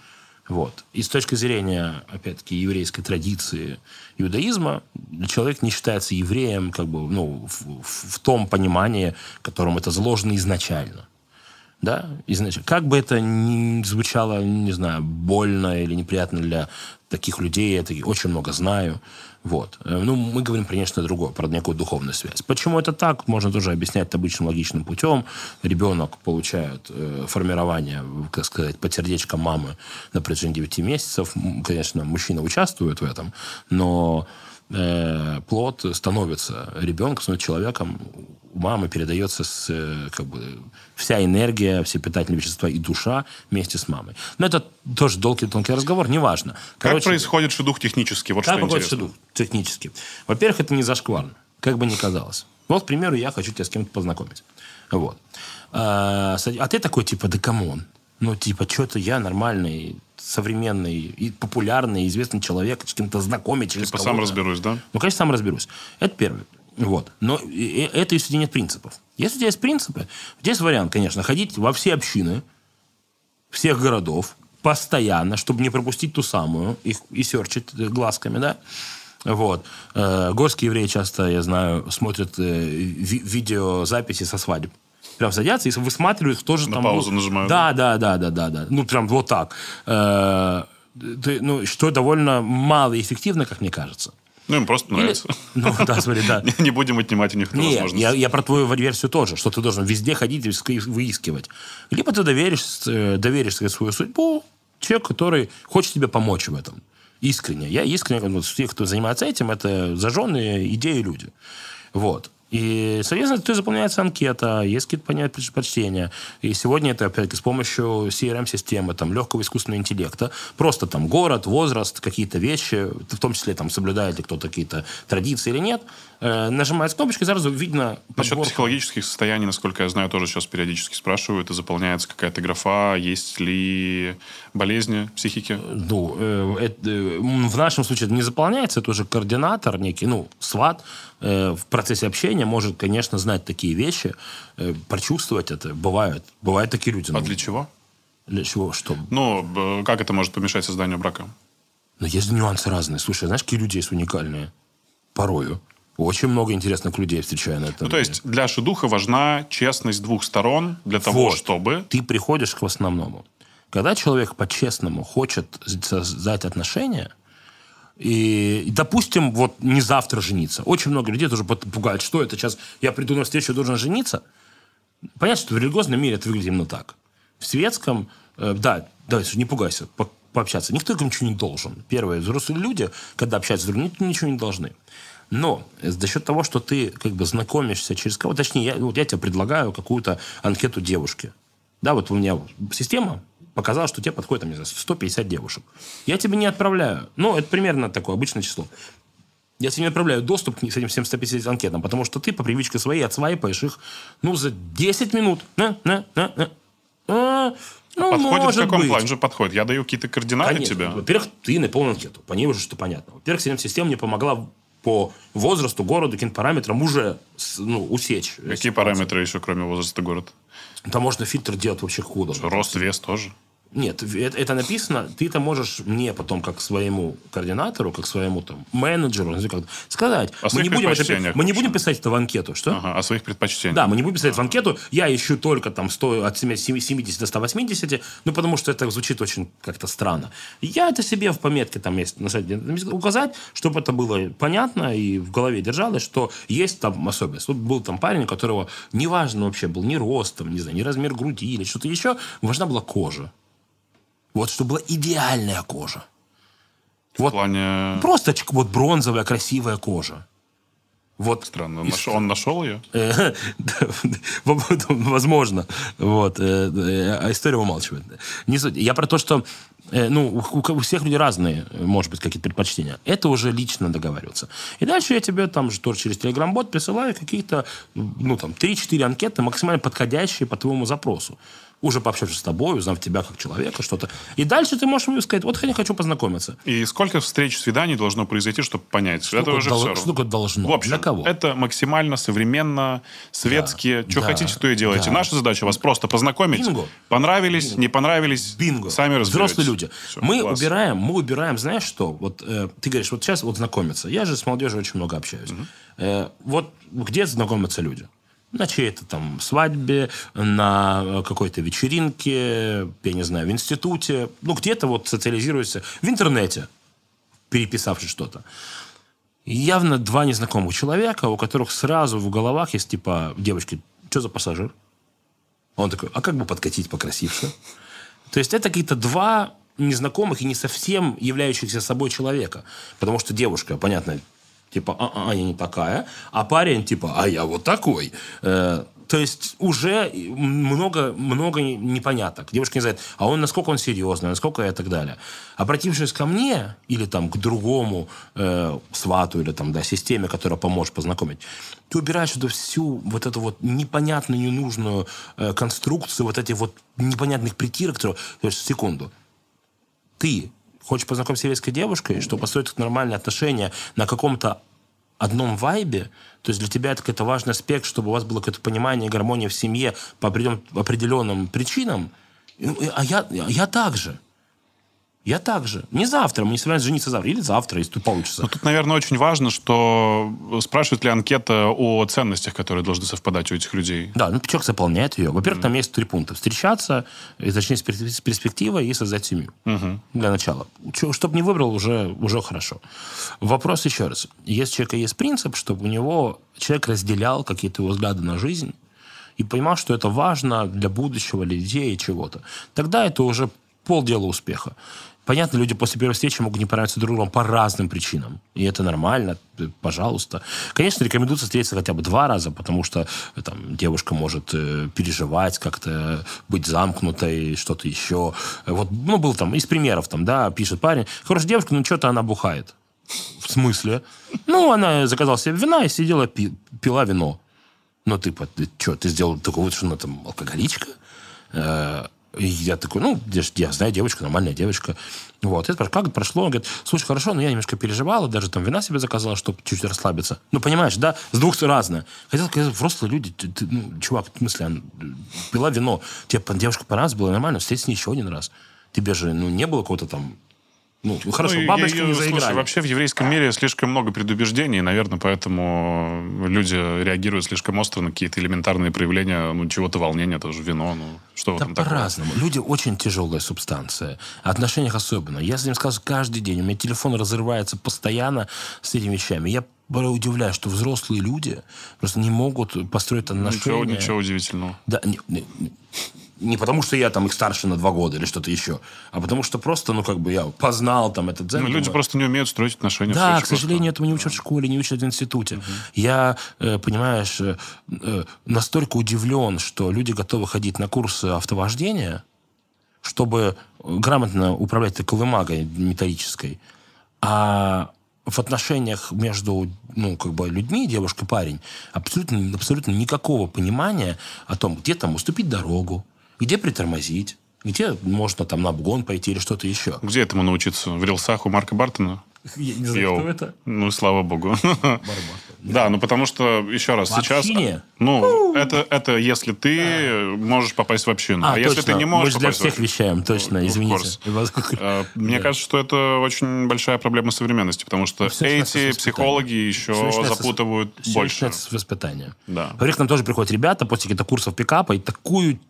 Вот. И с точки зрения, опять-таки, еврейской традиции иудаизма, человек не считается евреем как бы, ну, в, в, в том понимании, в котором это заложено изначально. Да? Изначально. Как бы это ни звучало, не знаю, больно или неприятно для таких людей, я таких очень много знаю. Вот. Ну, мы говорим, конечно, другое, про некую духовную связь. Почему это так, можно тоже объяснять обычным логичным путем. Ребенок получает э, формирование, как сказать, под сердечком мамы на протяжении девяти месяцев. Конечно, мужчина участвует в этом, но э, плод становится ребенком, становится человеком. У мамы передается с, как бы, вся энергия, все питательные вещества и душа вместе с мамой. Но это тоже долгий, тонкий разговор, неважно. Короче, как происходит шидух технически? Вот как что происходит интересно. шидух технически? Во-первых, это не зашкварно, как бы ни казалось. Вот, к примеру, я хочу тебя с кем-то познакомить. Вот. А, а ты такой, типа, да камон. Ну, типа, что-то я нормальный, современный, и популярный, известный человек, с кем-то знакомить через Типа кого-то. сам разберусь, да? Ну, конечно, сам разберусь. Это первое. Вот. Но это если у тебя нет принципов. Если у тебя есть принципы, у тебя есть вариант, конечно, ходить во все общины всех городов постоянно, чтобы не пропустить ту самую, их и серчить глазками, да? Вот. Горские евреи часто, я знаю, смотрят ви- видеозаписи со свадеб. Прям садятся и высматривают, кто же на там... На паузу был. нажимают. Да, да, да, да, да, да. Ну, прям вот так. Ну, что довольно малоэффективно, как мне кажется. Ну, им просто нравится. Или... Ну, да, смотри, да. Не будем отнимать у них эту Нет, возможность. я, я про твою версию тоже, что ты должен везде ходить и выискивать. Либо ты доверишься, доверишься свою судьбу человеку, который хочет тебе помочь в этом. Искренне. Я искренне, вот, те, кто занимается этим, это зажженные идеи люди. Вот. И, соответственно, ты заполняется анкета, есть какие-то понятия предпочтения. И сегодня это, опять-таки, с помощью си эр эм-системы, там, легкого искусственного интеллекта, просто там город, возраст, какие-то вещи, в том числе там, соблюдает ли кто-то какие-то традиции или нет, э, нажимается кнопочку, и сразу видно подборку. Насчет психологических состояний, насколько я знаю, тоже сейчас периодически спрашивают, и заполняется какая-то графа, есть ли болезни психики? Ну, э, это, э, в нашем случае это не заполняется, это уже координатор некий, ну, сват, э, в процессе общения может, конечно, знать такие вещи, э, прочувствовать это. Бывают. Бывают такие люди. А ну, для чего? Для чего? Что? Ну, как это может помешать созданию брака? Ну, есть нюансы разные. Слушай, знаешь, какие люди есть уникальные? Порою. Очень много интересных людей встречаю на этом. Ну, то есть для шидуха важна честность двух сторон для того, вот. чтобы... Ты приходишь к основному. Когда человек по-честному хочет создать отношения, и, допустим, вот не завтра жениться. Очень много людей тоже пугают, что это сейчас я приду на встречу и должен жениться. Понятно, что в религиозном мире это выглядит именно так. В светском, э, да, да, не пугайся, по- пообщаться. Никто никому ничего не должен. Первое, взрослые люди, когда общаются с другими, ничего не должны. Но за счет того, что ты как бы знакомишься через кого, точнее, я, вот я тебе предлагаю какую-то анкету девушки. Да, вот у меня система показала, что тебе подходит, там, не знаю, сто пятьдесят девушек. Я тебе не отправляю. Ну, это примерно такое обычное число. Я тебе не отправляю доступ к этим всем ста пятидесяти анкетам, потому что ты по привычке своей отсвайпаешь их, ну, за десять минут. На, на, на, на. А, ну, подходит может в каком быть. плане же подходит? Я даю какие-то координаты Конечно. тебе? Во-первых, ты наполнил анкету. По ней уже что понятно. Во-первых, система мне помогла по возрасту, городу, каким-то параметрам уже ну, усечь. Какие ситуацию. параметры еще, кроме возраста города? Там можно фильтр делать вообще худо. Рост, вес тоже? Нет, это, это написано, ты это можешь мне потом, как своему координатору, как своему там менеджеру, как сказать. О мы не, будем это, мы не будем писать это в анкету, что? Ага, о своих предпочтениях. Да, мы не будем писать ага. в анкету. Я ищу только там сто, от семидесяти до ста восьмидесяти, ну, потому что это звучит очень как-то странно. Я это себе в пометке там есть на сайте указать, чтобы это было понятно и в голове держалось, что есть там особенность. Вот был там парень, у которого неважно вообще был ни рост, там, не знаю, ни размер груди или что-то еще, важна была кожа. Вот, чтобы была идеальная кожа. В вот плане... Просто вот бронзовая, красивая кожа. Вот. Странно. Он, нашел, он нашел ее? Возможно. Вот. А история умалчивает. Не суть. Я про то, что ну, у всех людей разные, может быть, какие-то предпочтения. Это уже лично договариваться. И дальше я тебе там же тоже через Telegram-бот присылаю какие-то, ну, там, три-четыре анкеты, максимально подходящие по твоему запросу. Уже пообщавшись с тобой, узнав тебя как человека, что-то. И дальше ты можешь мне сказать, вот я хочу познакомиться. И сколько встреч, свиданий должно произойти, чтобы понять? Что это уже дол- все. Что такое должно? В общем, для кого? Это максимально современно, светские. Да, что да, хотите, то и делаете. Да. Наша задача вас просто познакомить. Бинго. Понравились, Бинго. не понравились, Бинго. сами разберетесь. Взрослые люди. люди. Все, мы класс. убираем, мы убираем, знаешь что? Вот э, ты говоришь, вот сейчас вот знакомиться. Я же с молодежью очень много общаюсь. Угу. Э, вот где знакомятся люди? На чьей-то там свадьбе, на какой-то вечеринке, я не знаю, в институте. Ну, где-то вот социализируешься в интернете, переписавшись что-то. Явно два незнакомых человека, у которых сразу в головах есть типа, девочки, что за пассажир? Он такой, а как бы подкатить покрасивше? То есть это какие-то два незнакомых и не совсем являющихся собой человека. Потому что девушка, понятно, типа, а, а я не такая, а парень типа, а я вот такой. Э, то есть уже много, много непоняток. Девушка не знает, а он насколько он серьезный, насколько и так далее. Обратившись ко мне или там к другому э, свату или там, да, системе, которая поможет познакомить, ты убираешь эту всю вот эту вот непонятную, ненужную э, конструкцию, вот этих вот непонятных притирок. То есть, секунду. Ты хочешь познакомиться с еврейской девушкой, чтобы построить нормальные отношения на каком-то одном вайбе, то есть для тебя это какой-то важный аспект, чтобы у вас было какое-то понимание, гармония в семье по определенным причинам. А я, я так же. Я так же. Не завтра, мы не собираемся жениться завтра. Или завтра, если тут получится. Ну, тут, наверное, очень важно, что спрашивает ли анкета о ценностях, которые должны совпадать у этих людей. Да, ну, человек заполняет ее. Во-первых, mm-hmm. там есть три пункта. Встречаться, изначать с перспективой и создать семью. Mm-hmm. Для начала. Чтобы не выбрал, уже, уже хорошо. Вопрос еще раз. Если у человека есть принцип, чтобы у него человек разделял какие-то его взгляды на жизнь и понимал, что это важно для будущего, для детей и чего-то, тогда это уже полдела успеха. Понятно, люди после первой встречи могут не понравиться друг другу по разным причинам. И это нормально, пожалуйста. Конечно, рекомендуется встретиться хотя бы два раза, потому что там, девушка может э, переживать, как-то быть замкнутой, что-то еще. Вот, ну, был там, из примеров, там, да, пишет парень, хорошая девушка, но что-то она бухает. В смысле? Ну, она заказала себе вина и сидела, пи- пила вино. Ну, ты, ты что, ты сделал такого, что она там алкоголичка? И я такой, ну, я знаю девочку, нормальная девочка. Вот. Я спрашиваю, как прошло? Он говорит, слушай, хорошо, но я немножко переживала, даже там вина себе заказала, чтобы чуть-чуть расслабиться. Ну, понимаешь, да? С двух сторон разное. Хотел сказать, взрослые люди, ты, ты, ну, чувак, в смысле, она пила вино, тебе девушка понравилась, было нормально, встретись с ней еще один раз. Тебе же, ну, не было какого-то там... Ну, хорошо, ну, бабочки не заиграли. Слушай, вообще в еврейском мире слишком много предубеждений, наверное, поэтому люди реагируют слишком остро на какие-то элементарные проявления, ну, чего-то волнения, тоже вино, ну, что в да этом такого? По-разному. Люди очень тяжелая субстанция. О отношениях особенно. Я с ним сказал каждый день. У меня телефон разрывается постоянно с этими вещами. Я удивляюсь, что взрослые люди просто не могут построить отношения. Ничего, ничего удивительного. Да, не, не, не потому, что я там их старше на два года или что-то еще, а потому что просто, ну, как бы я познал там этот дзен. Ну, люди просто не умеют строить отношения. Да, к сожалению, этому не учат в школе, не учат в институте. Угу. Я, э, понимаешь, э, э, настолько удивлен, что люди готовы ходить на курсы автовождения, чтобы грамотно управлять этой колымагой металлической, а в отношениях между, ну, как бы людьми, девушка и парень, абсолютно, абсолютно никакого понимания о том, где там уступить дорогу, где притормозить, где можно там на обгон пойти или что-то еще. Где этому научиться? В рилсах у Марка Бартона? Я не знаю, Йоу. Кто это. Ну, слава богу. Да, ну потому что, еще раз, сейчас... Ну, это, это если ты можешь попасть в общину. А, а если ты не можешь Мы попасть в общину... Мы для всех вещаем, точно, извините. Мне кажется, что это очень большая проблема современности, потому что эти психологи еще запутывают больше. Все начинается с воспитания. Да. Во-первых, к нам тоже приходят ребята после каких-то курсов пикапа и такую...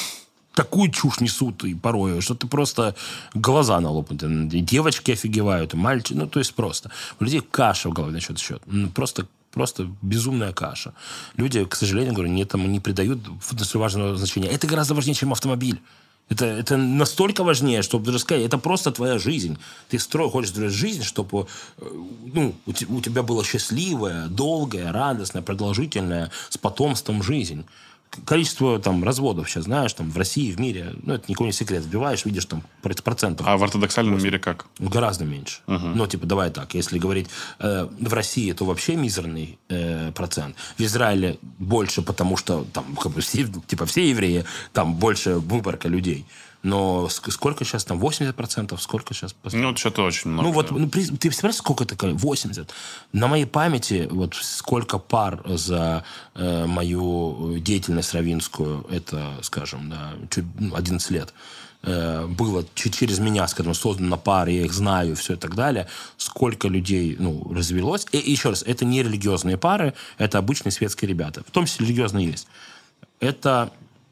такую чушь несут и порой, что ты просто глаза налопнут. И девочки офигевают, и мальчики. Ну, то есть просто. У людей каша в голове насчет счет. Ну, просто, просто безумная каша. Люди, к сожалению, говорю, не, этому не придают важного значения. Это гораздо важнее, чем автомобиль. Это, это настолько важнее, чтобы даже сказать, это просто твоя жизнь. Ты строй, хочешь строить жизнь, чтобы ну, у, te, у тебя была счастливая, долгая, радостная, продолжительная, с потомством жизнь. Количество там разводов сейчас, знаешь, там в России, в мире, ну, это никакой не секрет. Сбиваешь, видишь там процентов. А в ортодоксальном восемь мире как? Гораздо меньше. Uh-huh. Ну, типа, давай так, если говорить э, в России, то вообще мизерный э, процент. В Израиле больше, потому что там, как бы, все, типа, все евреи, там больше выборка людей. Но сколько сейчас там? восемьдесят процентов? Сколько сейчас? Ну, что-то очень много. Ну, вот, ну, ты представляешь, сколько это? восемьдесят. На моей памяти, вот сколько пар за э, мою деятельность раввинскую, это, скажем, да, чуть, ну, одиннадцать лет, э, было через меня, скажем, создано пары, я их знаю, все и так далее. Сколько людей, ну, развелось. И, и еще раз, это не религиозные пары, это обычные светские ребята. В том числе религиозные есть. Это,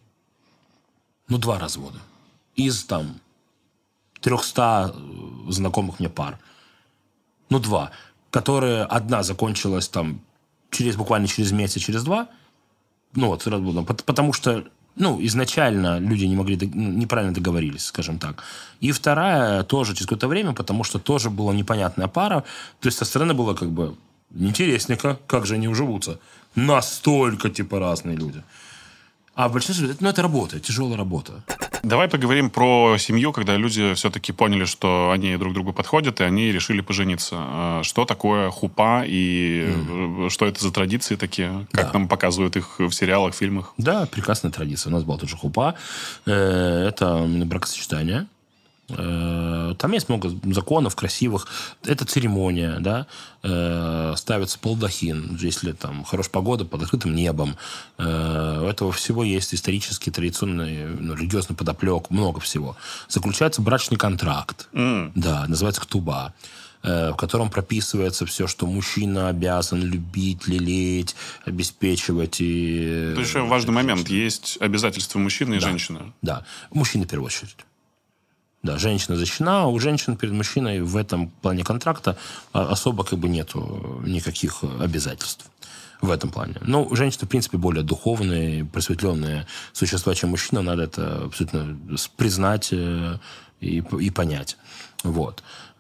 ну, два развода. Из, там, трехсот знакомых мне пар. Ну, два. Которые, одна закончилась, там, через, буквально через месяц, через два. Ну, вот, потому что, ну, изначально люди не могли, неправильно договорились, скажем так. И вторая тоже через какое-то время, потому что тоже была непонятная пара. То есть, со стороны было, как бы, интересненько, как же они уживутся. Настолько, типа, разные люди. А большинство, ну, это работа, тяжелая работа. Давай поговорим про семью, когда люди все-таки поняли, что они друг другу подходят, и они решили пожениться. Что такое хупа и mm. что это за традиции такие, как да. нам показывают их в сериалах, фильмах? Да, прекрасная традиция. У нас была тоже хупа. Это бракосочетание. Там есть много законов красивых. Это церемония, да. Ставится балдахин, если там хорошая погода, под открытым небом. У этого всего есть исторический, традиционный, ну, религиозный подоплек, много всего. Заключается брачный контракт, mm. да, называется ктуба, в котором прописывается все, что мужчина обязан любить, лелеять, обеспечивать. И... То еще важный момент. Есть обязательства мужчины и да, женщины. Да, мужчины в первую очередь. Да, женщина защищена, а у женщин перед мужчиной в этом плане контракта особо как бы нету никаких обязательств в этом плане. Ну, женщины, в принципе, более духовные, просветленные существа, чем мужчина. Надо это абсолютно признать и, и понять. Вот.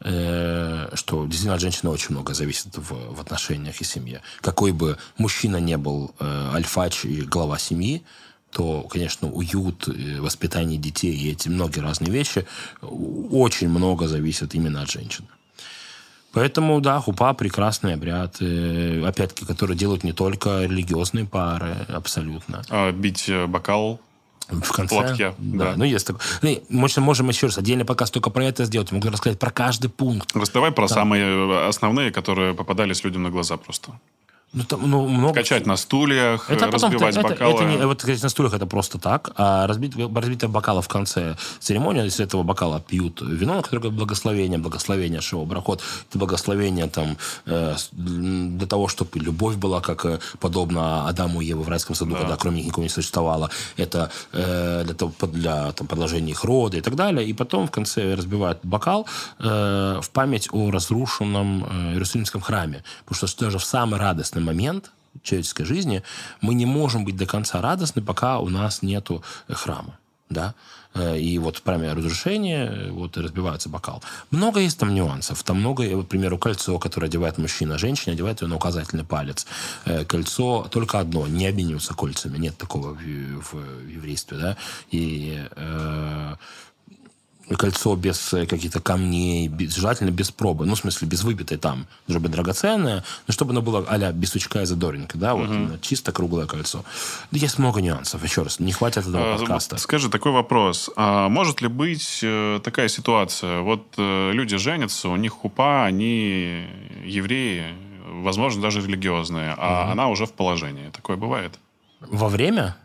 Что действительно от женщины очень много зависит в, в отношениях и семье. Какой бы мужчина не был альфач и глава семьи, то, конечно, уют, воспитание детей и эти многие разные вещи очень много зависят именно от женщины. Поэтому, да, хупа – прекрасный обряд, опять-таки, который делают не только религиозные пары, абсолютно. А бить бокал в конце? Платке, да. да. Ну, есть такое. Мы можем еще раз отдельный показ только про это сделать. Могу рассказать про каждый пункт. Раздавай про да. самые основные, которые попадались людям на глаза просто. Ну, там, ну, много... Качать на стульях, это разбивать потом, бокалы. Это, это не, вот качать на стульях это просто так. А разбить, разбитие бокала в конце церемонии, если этого бокала пьют вино, которое говорит благословение, благословение шоу, брахот, это благословение там, э, для того, чтобы любовь была, как э, подобно Адаму и Еве в райском саду, да. когда кроме них никого не существовало. Это э, для, того, для там, продолжения их рода и так далее. И потом в конце разбивают бокал э, в память о разрушенном э, Иерусалимском храме. Потому что даже в самый радостный момент человеческой жизни мы не можем быть до конца радостны, пока у нас нету храма. Да? И вот в память разрушения вот, разбивается бокал. Много есть там нюансов. Там много, вот, к примеру, кольцо, которое одевает мужчина, женщина одевает ее на указательный палец. Кольцо только одно, не обмениваются кольцами. Нет такого в, в еврействе. Да? И... Э, кольцо без каких-то камней, без, желательно без пробы, ну, в смысле, без выбитой там, чтобы драгоценное, но чтобы оно было а-ля без сучка и задоринка, да, вот, uh-huh. чисто круглое кольцо. Есть много нюансов, еще раз, не хватит этого а, подкаста. Скажи, такой вопрос. А может ли быть э, такая ситуация? Вот э, люди женятся, у них хупа, они евреи, возможно, даже религиозные, а uh-huh. она уже в положении. Такое бывает? Во время?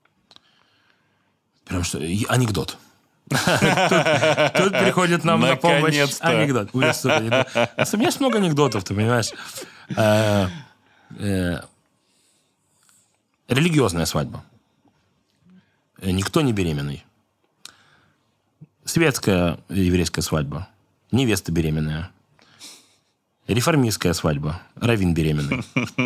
Прям что, анекдот. Тут, тут приходит нам на помощь анекдот. Ой, сука, а у меня есть много анекдотов, ты понимаешь? Э, э, религиозная свадьба. Никто не беременный. Светская еврейская свадьба. Невеста беременная. Реформистская свадьба. Раввин беременный.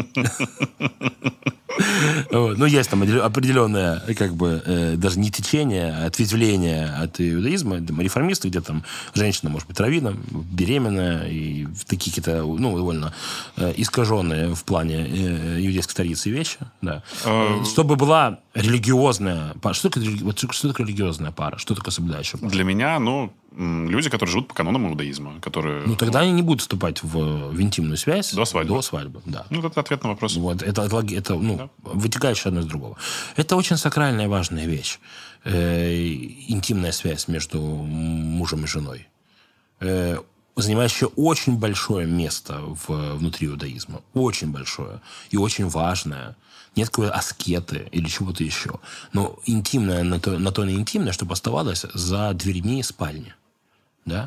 Ну, есть там определенное, как бы, э, даже не течение, а ответвление от иудаизма. Реформисты, где там женщина, может быть, раввином, беременная, и такие какие-то, ну, довольно э, искаженные в плане э, иудейской традиции вещи. Да. А... Чтобы была религиозная пара. Что такое, вот, что такое религиозная пара? Что такое соблюдающая пара? Для меня, ну, люди, которые живут по канонам иудаизма. Которые... Ну, тогда они не будут вступать в, в интимную связь до свадьбы. До свадьбы, да. Ну, это ответ на вопрос. Вот, это, это, это ну, да. Вытекающее одно из другого. Это очень сакральная важная вещь. Э, интимная связь между мужем и женой. Э, занимающая очень большое место в, внутри иудаизма. Очень большое. И очень важное. Нет какой аскеты или чего-то еще. Но интимное, на то, на то и интимное, чтобы оставалось за дверьми спальни. Да?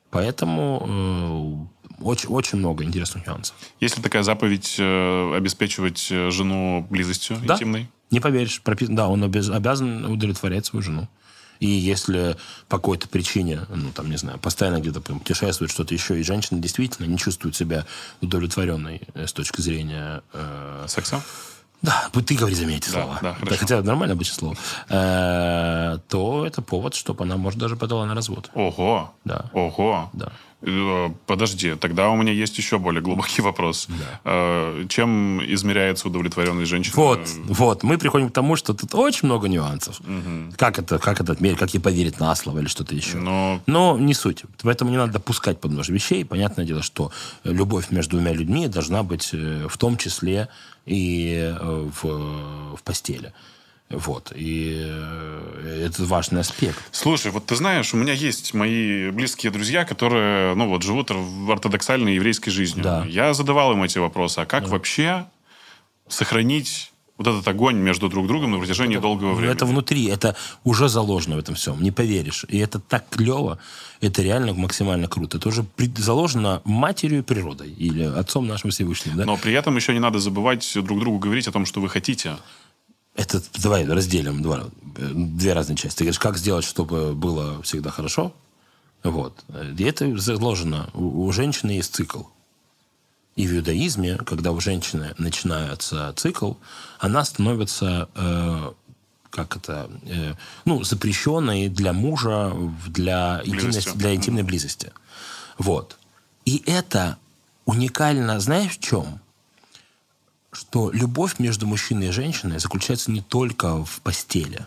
Поэтому э, очень, очень много интересных нюансов. Есть ли такая заповедь э, обеспечивать жену близостью да? интимной? Не поверишь. Пропис... Да, он обяз... обязан удовлетворять свою жену. И если по какой-то причине, ну, там, не знаю, постоянно где-то путешествует, что-то еще, и женщина действительно не чувствует себя удовлетворенной с точки зрения... Э... секса? Да, ты говори за меня эти да, слова. Да, да, хотя нормально обычное слово. Э, то это повод, чтобы она, может, даже подала на развод. Ого. Да. Ого. Да. Подожди, тогда у меня есть еще более глубокий вопрос. Да. Чем измеряется удовлетворенность женщины? Вот, вот. Мы приходим к тому, что тут очень много нюансов. Угу. Как это, как это отмерить, как ей поверить на слово или что-то еще. Но... Но не суть. Поэтому не надо допускать подмножие вещей. Понятное дело, что любовь между двумя людьми должна быть в том числе и в, в постели. Вот. И это важный аспект. Слушай, вот ты знаешь, у меня есть мои близкие друзья, которые, ну, вот, живут в ортодоксальной еврейской жизнью. Да. Я задавал им эти вопросы. А как да. вообще сохранить вот этот огонь между друг другом на протяжении это, долгого времени? Это внутри, это уже заложено в этом всем. Не поверишь. И это так клево. Это реально максимально круто. Это уже заложено матерью и природой. Или отцом нашим Всевышним. Да? Но при этом еще не надо забывать друг другу говорить о том, что вы хотите. Это, давай разделим два, две разные части. Ты говоришь, как сделать, чтобы было всегда хорошо? Вот. И это заложено. У, у женщины есть цикл. И в иудаизме, когда у женщины начинается цикл, она становится, э, как это, э, ну, запрещенной для мужа для интимной, для интимной близости. Вот. И это уникально, знаешь, в чем? Что любовь между мужчиной и женщиной заключается не только в постели,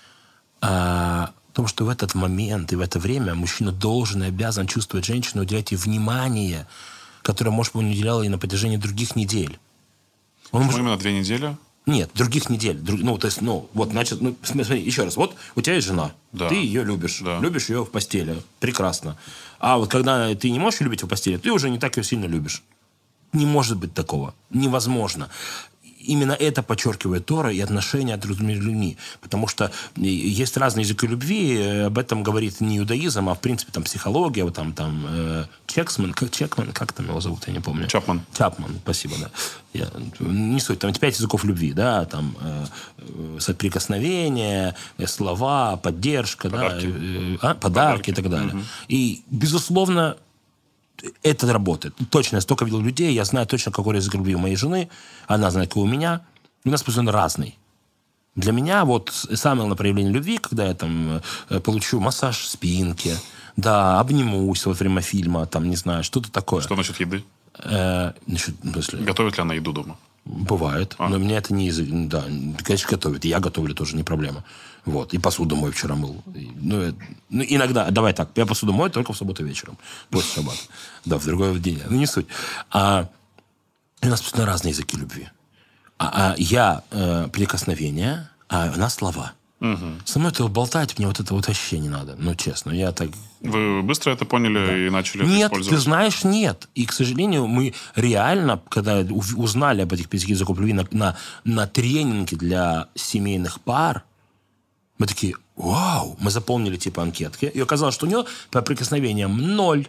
а в том, что в этот момент и в это время мужчина должен и обязан чувствовать женщину, уделять ей внимание, которое, может быть, он уделял ей на протяжении других недель. Он может... Именно две недели? Нет, других недель. Друг... Ну, то есть, ну, вот, значит, ну, смотри, еще раз. Вот у тебя есть жена, да. ты ее любишь, да. любишь ее в постели, прекрасно. А вот когда ты не можешь любить ее в постели, ты уже не так ее сильно любишь. Не может быть такого. Невозможно. Именно это подчеркивает Тора и отношения друг с другом. Потому что есть разные языки любви. Об этом говорит не иудаизм, а в принципе там психология. Вот там, там э, Чексман, как Чекман, как там его зовут, я не помню. Чапман. Чапман, спасибо, да. Я, не суть, там пять языков любви, да, там э, соприкосновение, слова, поддержка, подарки, да, э, а, подарки, подарки и так далее. Угу. И, безусловно, это работает. Точно, я столько видел людей, я знаю точно, какой язык любви у моей жены, она знает, какой у меня. У нас просто разный. Для меня вот самое проявление любви, когда я там получу массаж спинки, да, обнимусь во время фильма, там, не знаю, что-то такое. Что насчет еды? Э, насчет, в смысле? Готовит ли она еду дома? Бывает. А. Но мне это не язык. Да, конечно, готовит. И я готовлю тоже, не проблема. Вот. И посуду мою вчера мыл. Ну, ну, иногда, давай так, я посуду мою только в субботу вечером. После шаббата. Да, в другой день. Ну, не суть. А у нас просто разные языки любви. А, а я э, прикосновение, а она слова. Угу. Со мной это болтать, мне вот это вот вообще не надо. Ну, честно, я так... Вы быстро это поняли да. и начали нет, это использовать? Нет, ты знаешь, нет. И, к сожалению, мы реально, когда узнали об этих пяти языках любви на, на, на тренинге для семейных пар, мы такие, вау, мы заполнили типа анкетки, и оказалось, что у нее по прикосновениям ноль.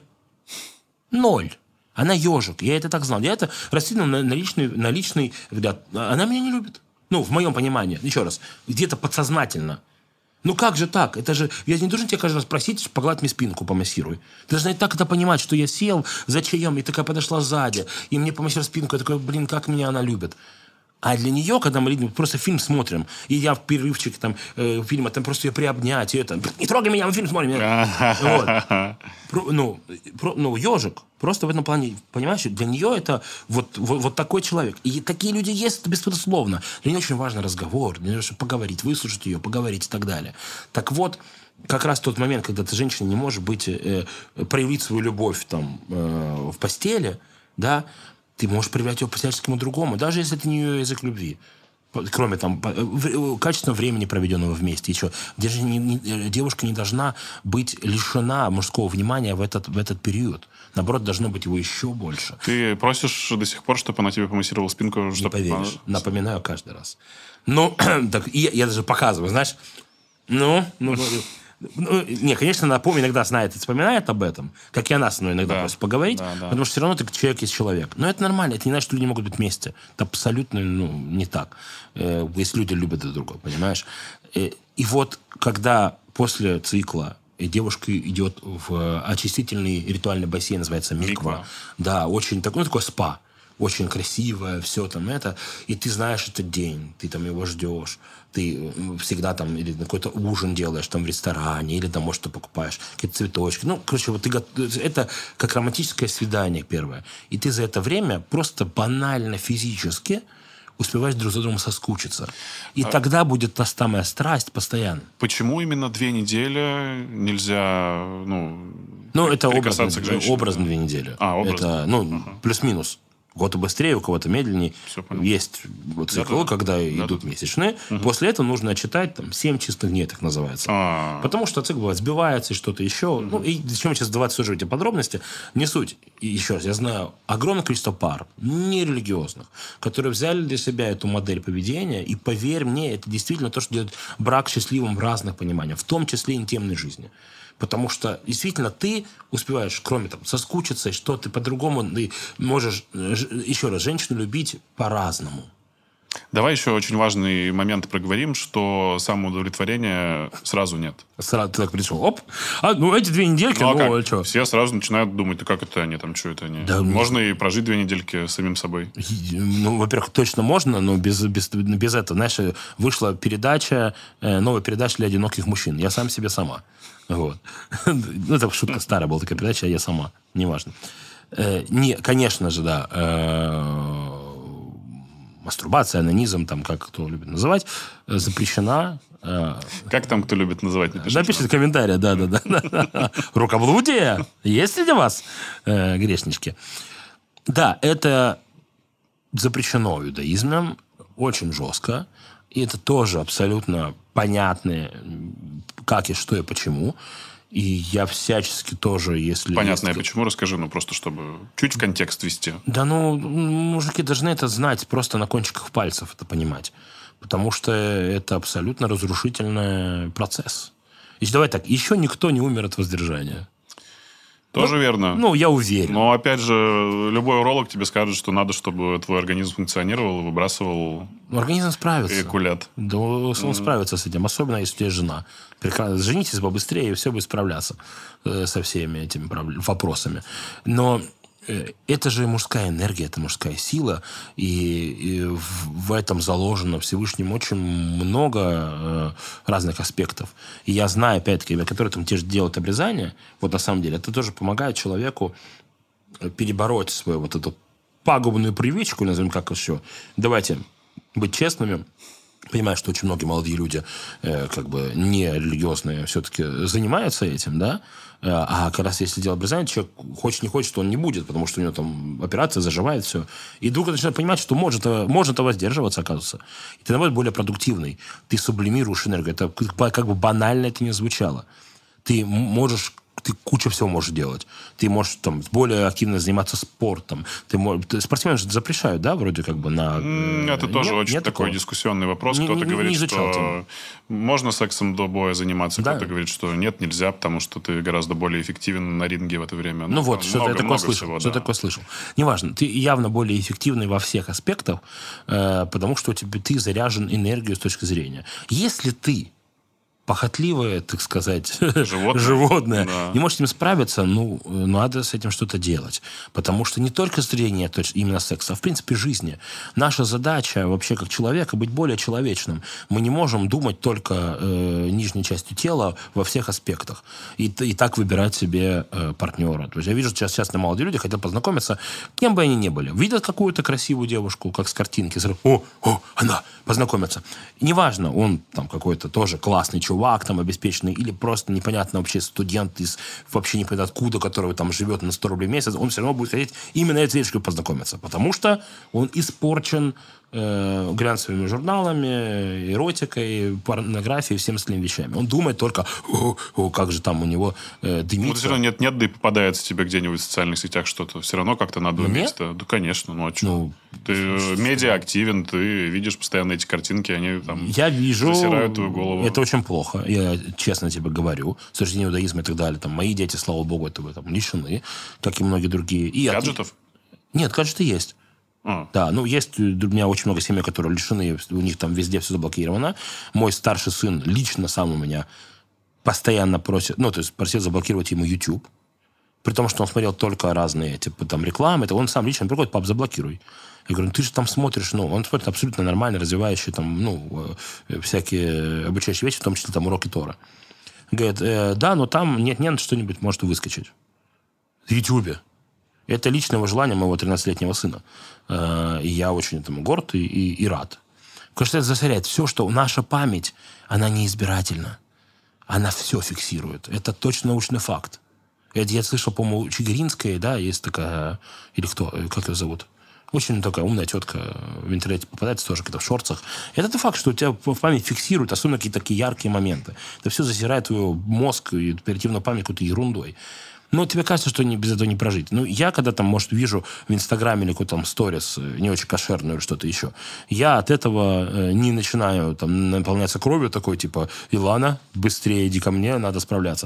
Ноль. Она ежик. Я это так знал. Я это растянул на, на личный, на личный взгляд. Она меня не любит. Ну, в моем понимании. Еще раз. Где-то подсознательно. Ну, как же так? Это же... Я не должен тебя каждый раз просить, погладь мне спинку, помассируй. Ты должна и так это понимать, что я сел за чаем, и такая подошла сзади, и мне помассировала спинку. Я такой, блин, как меня она любит. А для нее, когда мы просто фильм смотрим, и я в перерывчике там, э, фильма, там просто ее приобнять, и это, не трогай меня, мы фильм смотрим. Вот. Про, ну, про, ну, ежик, просто в этом плане, понимаешь, для нее это вот, вот, вот такой человек. И такие люди есть, безусловно. Для нее очень важный разговор, для нее, чтобы поговорить, выслушать ее, поговорить и так далее. Так вот, как раз тот момент, когда ты, женщина, не можешь быть, э, проявить свою любовь там, э, в постели, да, ты можешь проявлять ее по-всяческому другому, даже если это не ее язык любви. Кроме там качественного времени, проведенного вместе. Еще. Где же не, не, девушка не должна быть лишена мужского внимания в этот, в этот период. Наоборот, должно быть его еще больше. Ты просишь до сих пор, чтобы она тебе помассировала спинку? Не чтобы... поверишь. Напоминаю каждый раз. Ну, так, и я, я даже показываю, знаешь. Ну, ну... Ну, не, конечно, она, помню, иногда знает и вспоминает об этом, как и она со мной иногда да. просит поговорить, да, да. потому что все равно ты человек есть человек. Но это нормально, это не значит, что люди могут быть вместе. Это абсолютно ну, не так, э, если люди любят друг друга, понимаешь? Э, и вот, когда после цикла девушка идет в очистительный ритуальный бассейн, называется миква, миква. Да, очень такой, ну, такой спа. Очень красивое, все там это. И ты знаешь этот день, ты там его ждешь. Ты всегда там или какой-то ужин делаешь там в ресторане, или там, может, ты покупаешь какие-то цветочки. Ну, короче, вот ты, это как романтическое свидание первое. И ты за это время просто банально физически успеваешь друг за другом соскучиться. И а... тогда будет та самая страсть постоянно. Почему именно две недели нельзя, ну, ну это образно, образно две недели. А, образно. Это, ну, ага. плюс-минус. У кого-то быстрее, у кого-то медленнее. Есть циклы, когда да, идут да, месячные. Угу. После этого нужно отчитать там, семь чистых дней, так называется. А-а-а. Потому что цикл бывает сбивается и что-то еще. Угу. Ну, и зачем сейчас давать все же эти подробности? Не суть. И еще раз, я знаю огромное количество пар, нерелигиозных, которые взяли для себя эту модель поведения. И поверь мне, это действительно то, что делает брак счастливым в разных пониманиях. В том числе интимной жизни. Потому что, действительно, ты успеваешь, кроме там, соскучиться, что ты по-другому ты можешь, еще раз, женщину любить по-разному. Давай еще очень важный момент проговорим, что самоудовлетворения сразу нет. Сразу ты так пришел, оп, а, ну эти две недельки, ну, а ну, как? Что? Все сразу начинают думать, да как это они, там, что это они. Да, можно ну... и прожить две недельки с самим собой. Ну, во-первых, точно можно, но без, без, без этого. Знаешь, вышла передача, новая передача для одиноких мужчин. Я сам себе сама. Вот. Ну, это шутка старая была такая передача, а я сама. Неважно. Э, не, конечно же, да. Э, мастурбация, анонизм, там, как кто любит называть, э, запрещена. Э, как там кто любит называть? Напишите, напишите комментарии, да-да-да. Рукоблудие есть среди вас, э, грешнички? Да, это запрещено иудаизмом очень жестко. И это тоже абсолютно понятно, как и что и почему. И я всячески тоже, если... Понятно, есть... а почему? Расскажи, ну, просто чтобы чуть в контекст ввести. Да, ну, мужики должны это знать, просто на кончиках пальцев это понимать. Потому что это абсолютно разрушительный процесс. И давай так, еще никто не умер от воздержания. Тоже ну, верно. Ну, я уверен. Но, опять же, любой уролог тебе скажет, что надо, чтобы твой организм функционировал, выбрасывал... Ну, организм справится. Эякулят. Да, он mm-hmm. справится с этим. Особенно, если у тебя жена. Прекрасно. Женитесь побыстрее, и все будет справляться э, со всеми этими проблем, вопросами. Но э, это же мужская энергия, это мужская сила. И, и в, в этом заложено Всевышним очень много э, разных аспектов. И я знаю, опять-таки, которые там те же делают обрезание, вот на самом деле, это тоже помогает человеку перебороть свою вот эту пагубную привычку, назовем как еще. Давайте быть честными. Понимаю, что очень многие молодые люди, э, как бы не религиозные, все-таки занимаются этим, да. А как раз если делать обрезание, человек хочет не хочет, то он не будет, потому что у него там операция заживает, все. И вдруг он начинает понимать, что может, может воздерживаться, оказывается. И ты, наоборот, более продуктивный. Ты сублимируешь энергию. Это как бы банально это не звучало. Ты можешь... Ты кучу всего можешь делать. Ты можешь там более активно заниматься спортом. Ты можешь... Спортсмены же запрещают, да, вроде как бы на... Это нет, тоже очень нет такой такого? дискуссионный вопрос. Не, кто-то не, говорит, не что тему. Можно сексом до боя заниматься. Да. Кто-то говорит, что нет, нельзя, потому что ты гораздо более эффективен на ринге в это время. Ну, ну вот, что я такое слышал. Всего, что да. такое слышал. Неважно. Ты явно более эффективный во всех аспектах, э, потому что тебе, ты заряжен энергией с точки зрения. Если ты похотливое, так сказать, животное, животное да. не может с ним справиться, ну, надо с этим что-то делать. Потому что не только зрение, то есть именно секса, а в принципе жизни. Наша задача вообще как человека быть более человечным. Мы не можем думать только э, нижней частью тела во всех аспектах. И, и так выбирать себе э, партнера. То есть я вижу, сейчас, сейчас молодые люди хотят познакомиться, кем бы они ни были. Видят какую-то красивую девушку, как с картинки, сразу, о, о, она, познакомиться. И неважно, он там какой-то тоже классный чувак, там обеспеченный, или просто непонятно вообще студент из вообще непонятно откуда, который там живет на сто рублей в месяц, он все равно будет хотеть именно этой девушкой познакомиться, потому что он испорчен э, глянцевыми журналами, эротикой, порнографией, всем остальными вещами. Он думает только, о, о, как же там у него э, дымится. Ну, все равно нет-нет, да и попадается тебе где-нибудь в социальных сетях что-то. Все равно как-то надо уметь. Да, конечно. Ну, а что? Ну, ты медиа активен, ты видишь постоянно эти картинки, они там я вижу, засирают твою голову. Это очень плохо. Я честно тебе говорю. С точки зрения иудаизма и так далее. Там, мои дети, слава богу, этого там лишены, как и многие другие. И гаджетов? От... Нет, гаджеты есть. А. Да, ну, есть у меня очень много семей, которые лишены, у них там везде все заблокировано. Мой старший сын лично сам у меня постоянно просит, ну, то есть просил заблокировать ему YouTube, при том, что он смотрел только разные, типа, там, рекламы, это он сам лично приходит, пап, заблокируй. Я говорю, ну, ты же там смотришь, ну, он смотрит абсолютно нормально, развивающие там, ну, всякие обучающие вещи, в том числе там уроки Тора. Говорит, э, да, но там нет-нет, что-нибудь может выскочить. В Ютубе. Это личное желание моего тринадцатилетнего сына. И я очень этому горд и, и, и рад. Потому что это засоряет все, что наша память, она неизбирательна. Она все фиксирует. Это точно научный факт. Это я слышал, по-моему, Чигиринская, да, есть такая... Или кто? Как ее зовут? Очень такая умная тетка в интернете попадается тоже где-то в шортах. Это факт, что у тебя в память фиксирует, особенно какие-то такие яркие моменты. Это все засирает твой мозг и оперативную память какой-то ерундой. Но тебе кажется, что не, без этого не прожить. Ну, я когда там, может, вижу в Инстаграме или какой-то там сторис не очень кошерную или что-то еще, я от этого э, не начинаю там наполняться кровью такой, типа, Илана, быстрее иди ко мне, надо справляться.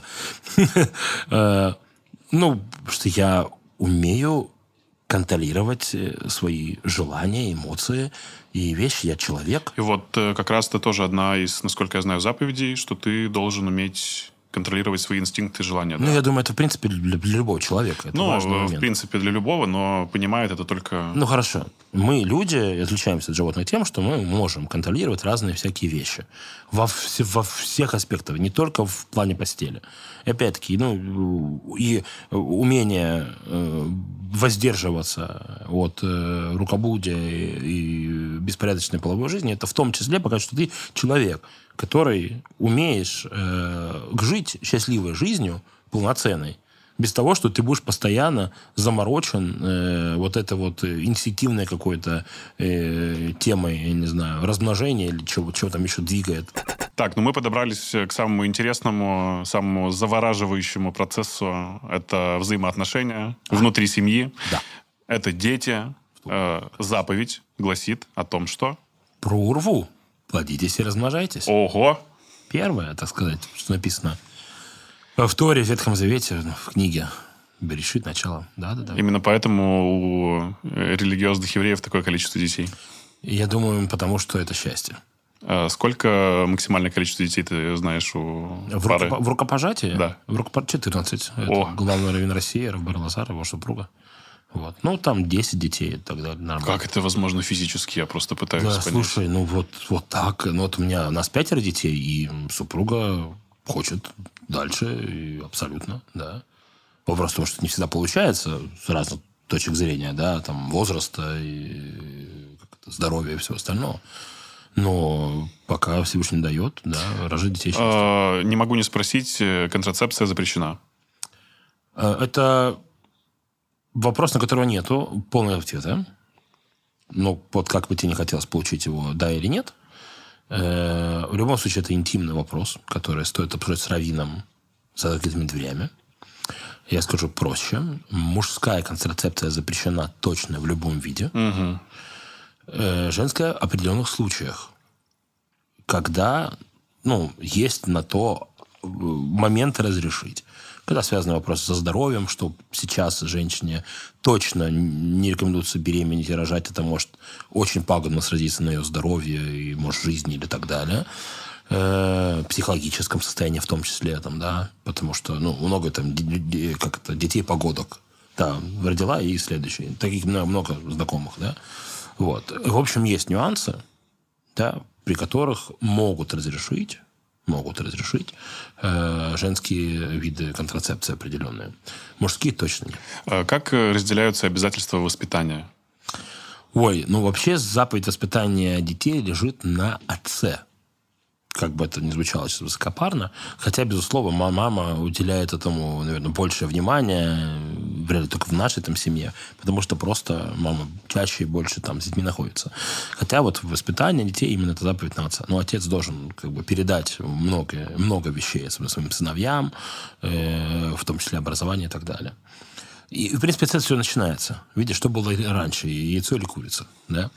Ну, что я умею контролировать свои желания, эмоции и вещи. Я человек. И вот как раз это тоже одна из, насколько я знаю, заповедей, что ты должен уметь контролировать свои инстинкты и желания. Ну, да? я думаю, это, в принципе, для, для любого человека. Это ну, в принципе, для любого, но понимает это только... Ну, хорошо. Мы, люди, отличаемся от животных тем, что мы можем контролировать разные всякие вещи. Во, вс- во всех аспектах. Не только в плане постели. И опять-таки, ну, и умение э, воздерживаться от э, рукоблудия и, и беспорядочной половой жизни, это в том числе показывает, что ты человек, который умеешь э, жить счастливой жизнью, полноценной, без того, что ты будешь постоянно заморочен э, вот этой вот инстинктивной какой-то э, темой, я не знаю, размножения или чего, чего там еще двигает. Так, ну мы подобрались к самому интересному, самому завораживающему процессу. Это взаимоотношения а. внутри семьи. Да. Это дети. Э, заповедь гласит о том, что... Про урву. Плодитесь и размножайтесь. Ого! Первое, так сказать, что написано в Торе, в Ветхом Завете, в книге Берешит, начало. Да, да, да. Именно поэтому у религиозных евреев такое количество детей? Я думаю, потому что это счастье. А сколько максимальное количество детей ты знаешь у в пары? Руко, в рукопожатии? Да. В рукопожатии четырнадцать. Это О. главный раввин России, Рав Ber Elazar, его супруга. Вот. Ну, там десять детей, тогда нормально. Как это возможно физически? Я просто пытаюсь да, понять. Слушай, ну вот, вот так. Ну, вот у меня, у нас пятеро детей, и супруга хочет дальше, и абсолютно, да. Вопрос в том, что не всегда получается с разных точек зрения, да, там, возраста, и здоровья и всего остального. Но пока Всевышний дает, да, рожать детей. А, не могу не спросить, контрацепция запрещена? Это... Вопрос, на которого нету полного ответа. Ну, вот как бы тебе не хотелось получить его, да или нет. Э, в любом случае, это интимный вопрос, который стоит обсуждать с раввином за закрытыми дверями. Я скажу проще. Мужская контрацепция запрещена точно в любом виде. Угу. Э, женская в определенных случаях. Когда, ну, есть на то момент разрешить. Когда связан вопрос со здоровьем, что сейчас женщине точно не рекомендуется беременеть и рожать, это может очень пагубно сразиться на ее здоровье и, может, жизни или так далее. э, психологическом состоянии в том числе, там, да, потому что, ну, много там, как это, детей-погодок, да, родила и следующие. Таких много, много знакомых, да. Вот. В общем, есть нюансы, да, при которых могут разрешить, могут разрешить э, женские виды контрацепции определенные. Мужские точно нет. Как разделяются обязательства воспитания? Ой, ну вообще заповедь воспитания детей лежит на отце. Как бы это ни звучало сейчас высокопарно. Хотя, безусловно, мама уделяет этому, наверное, большее внимание, вряд ли только в нашей там семье, потому что просто мама чаще и больше там с детьми находится. Хотя вот воспитание детей именно это заповедь на отца. Но отец должен как бы передать много, много вещей своим сыновьям, э, в том числе образование и так далее. И, в принципе, это все начинается. Видишь, что было раньше, яйцо или курица. Да?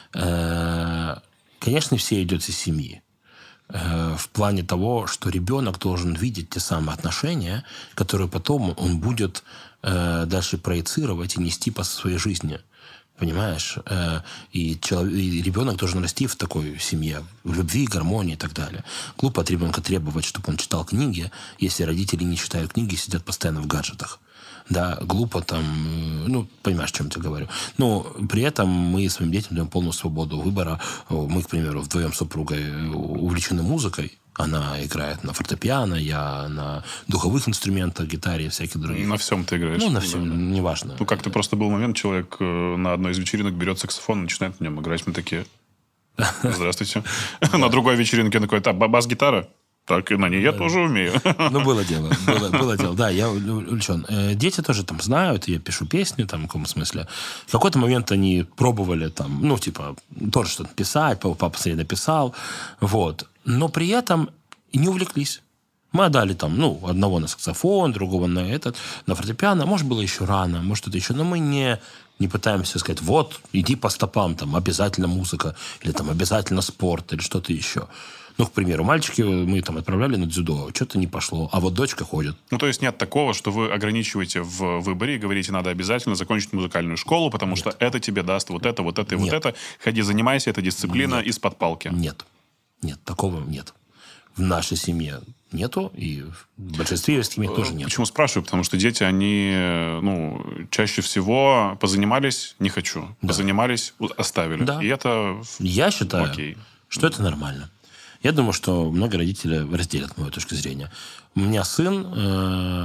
Э, конечно, все идет из семьи. В плане того, что ребенок должен видеть те самые отношения, которые потом он будет э, дальше проецировать и нести по своей жизни. Понимаешь? Э, и, человек, и ребенок должен расти в такой семье, в любви, гармонии и так далее. Глупо от ребенка требовать, чтобы он читал книги, если родители не читают книги и сидят постоянно в гаджетах. Да, глупо там, ну, понимаешь, о чем я говорю. Но при этом мы своим детям даем полную свободу выбора. Мы, к примеру, вдвоем с супругой увлечены музыкой. Она играет на фортепиано, я на духовых инструментах, гитаре и всяких других. На всем ты играешь? Ну, на всем, да. Неважно. Ну, как-то просто был момент, человек на одной из вечеринок берет саксофон и начинает на нем играть. Мы такие, здравствуйте. На другой вечеринке такой, так, бас-гитара? Так, и на ней я тоже умею. Ну, было дело. Было, было дело. Да, я увлечен. Дети тоже там знают, я пишу песни, там, в каком смысле. В какой-то момент они пробовали там, ну, типа, тоже что-то писать, папа среди написал, вот. Но при этом и не увлеклись. Мы отдали там, ну, одного на саксофон, другого на этот, на фортепиано. Может, было еще рано, может, что-то еще. Но мы не, не пытаемся сказать, вот, иди по стопам, там, обязательно музыка, или там, обязательно спорт, или что-то еще. Ну, к примеру, мальчики мы там отправляли на дзюдо, что-то не пошло, а вот дочка ходит. Ну, то есть нет такого, что вы ограничиваете в выборе и говорите, надо обязательно закончить музыкальную школу, потому нет. что это тебе даст вот это, вот это и нет. вот это. Ходи, занимайся, это дисциплина нет. из-под палки. Нет. Нет, такого нет. В нашей семье нету, и в большинстве еврейских семей тоже нет. Почему спрашиваю? Потому что дети, они, ну, чаще всего позанимались, не хочу. Да. Позанимались, оставили. Да. И это Я считаю, окей. что это нормально. Я думаю, что многие родители разделят мою точку зрения. У меня сын, э,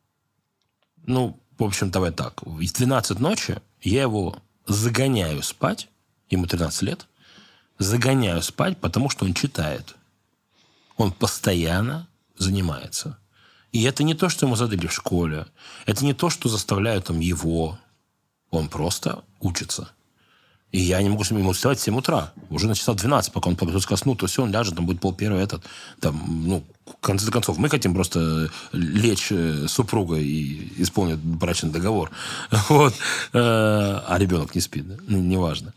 ну, в общем, давай так. В двенадцать ночи я его загоняю спать, ему тринадцать лет, загоняю спать, потому что он читает. Он постоянно занимается. И это не то, что ему задали в школе. Это не то, что заставляют там его. Он просто учится. И я не могу ему вставать в семь утра. Уже начинал двенадцать, пока он подготовится ко сну, то все, он ляжет, там будет пол первого этот. Там, ну, в конце концов, мы хотим просто лечь с супругой и исполнить брачный договор. Вот. А ребенок не спит. Ну, неважно.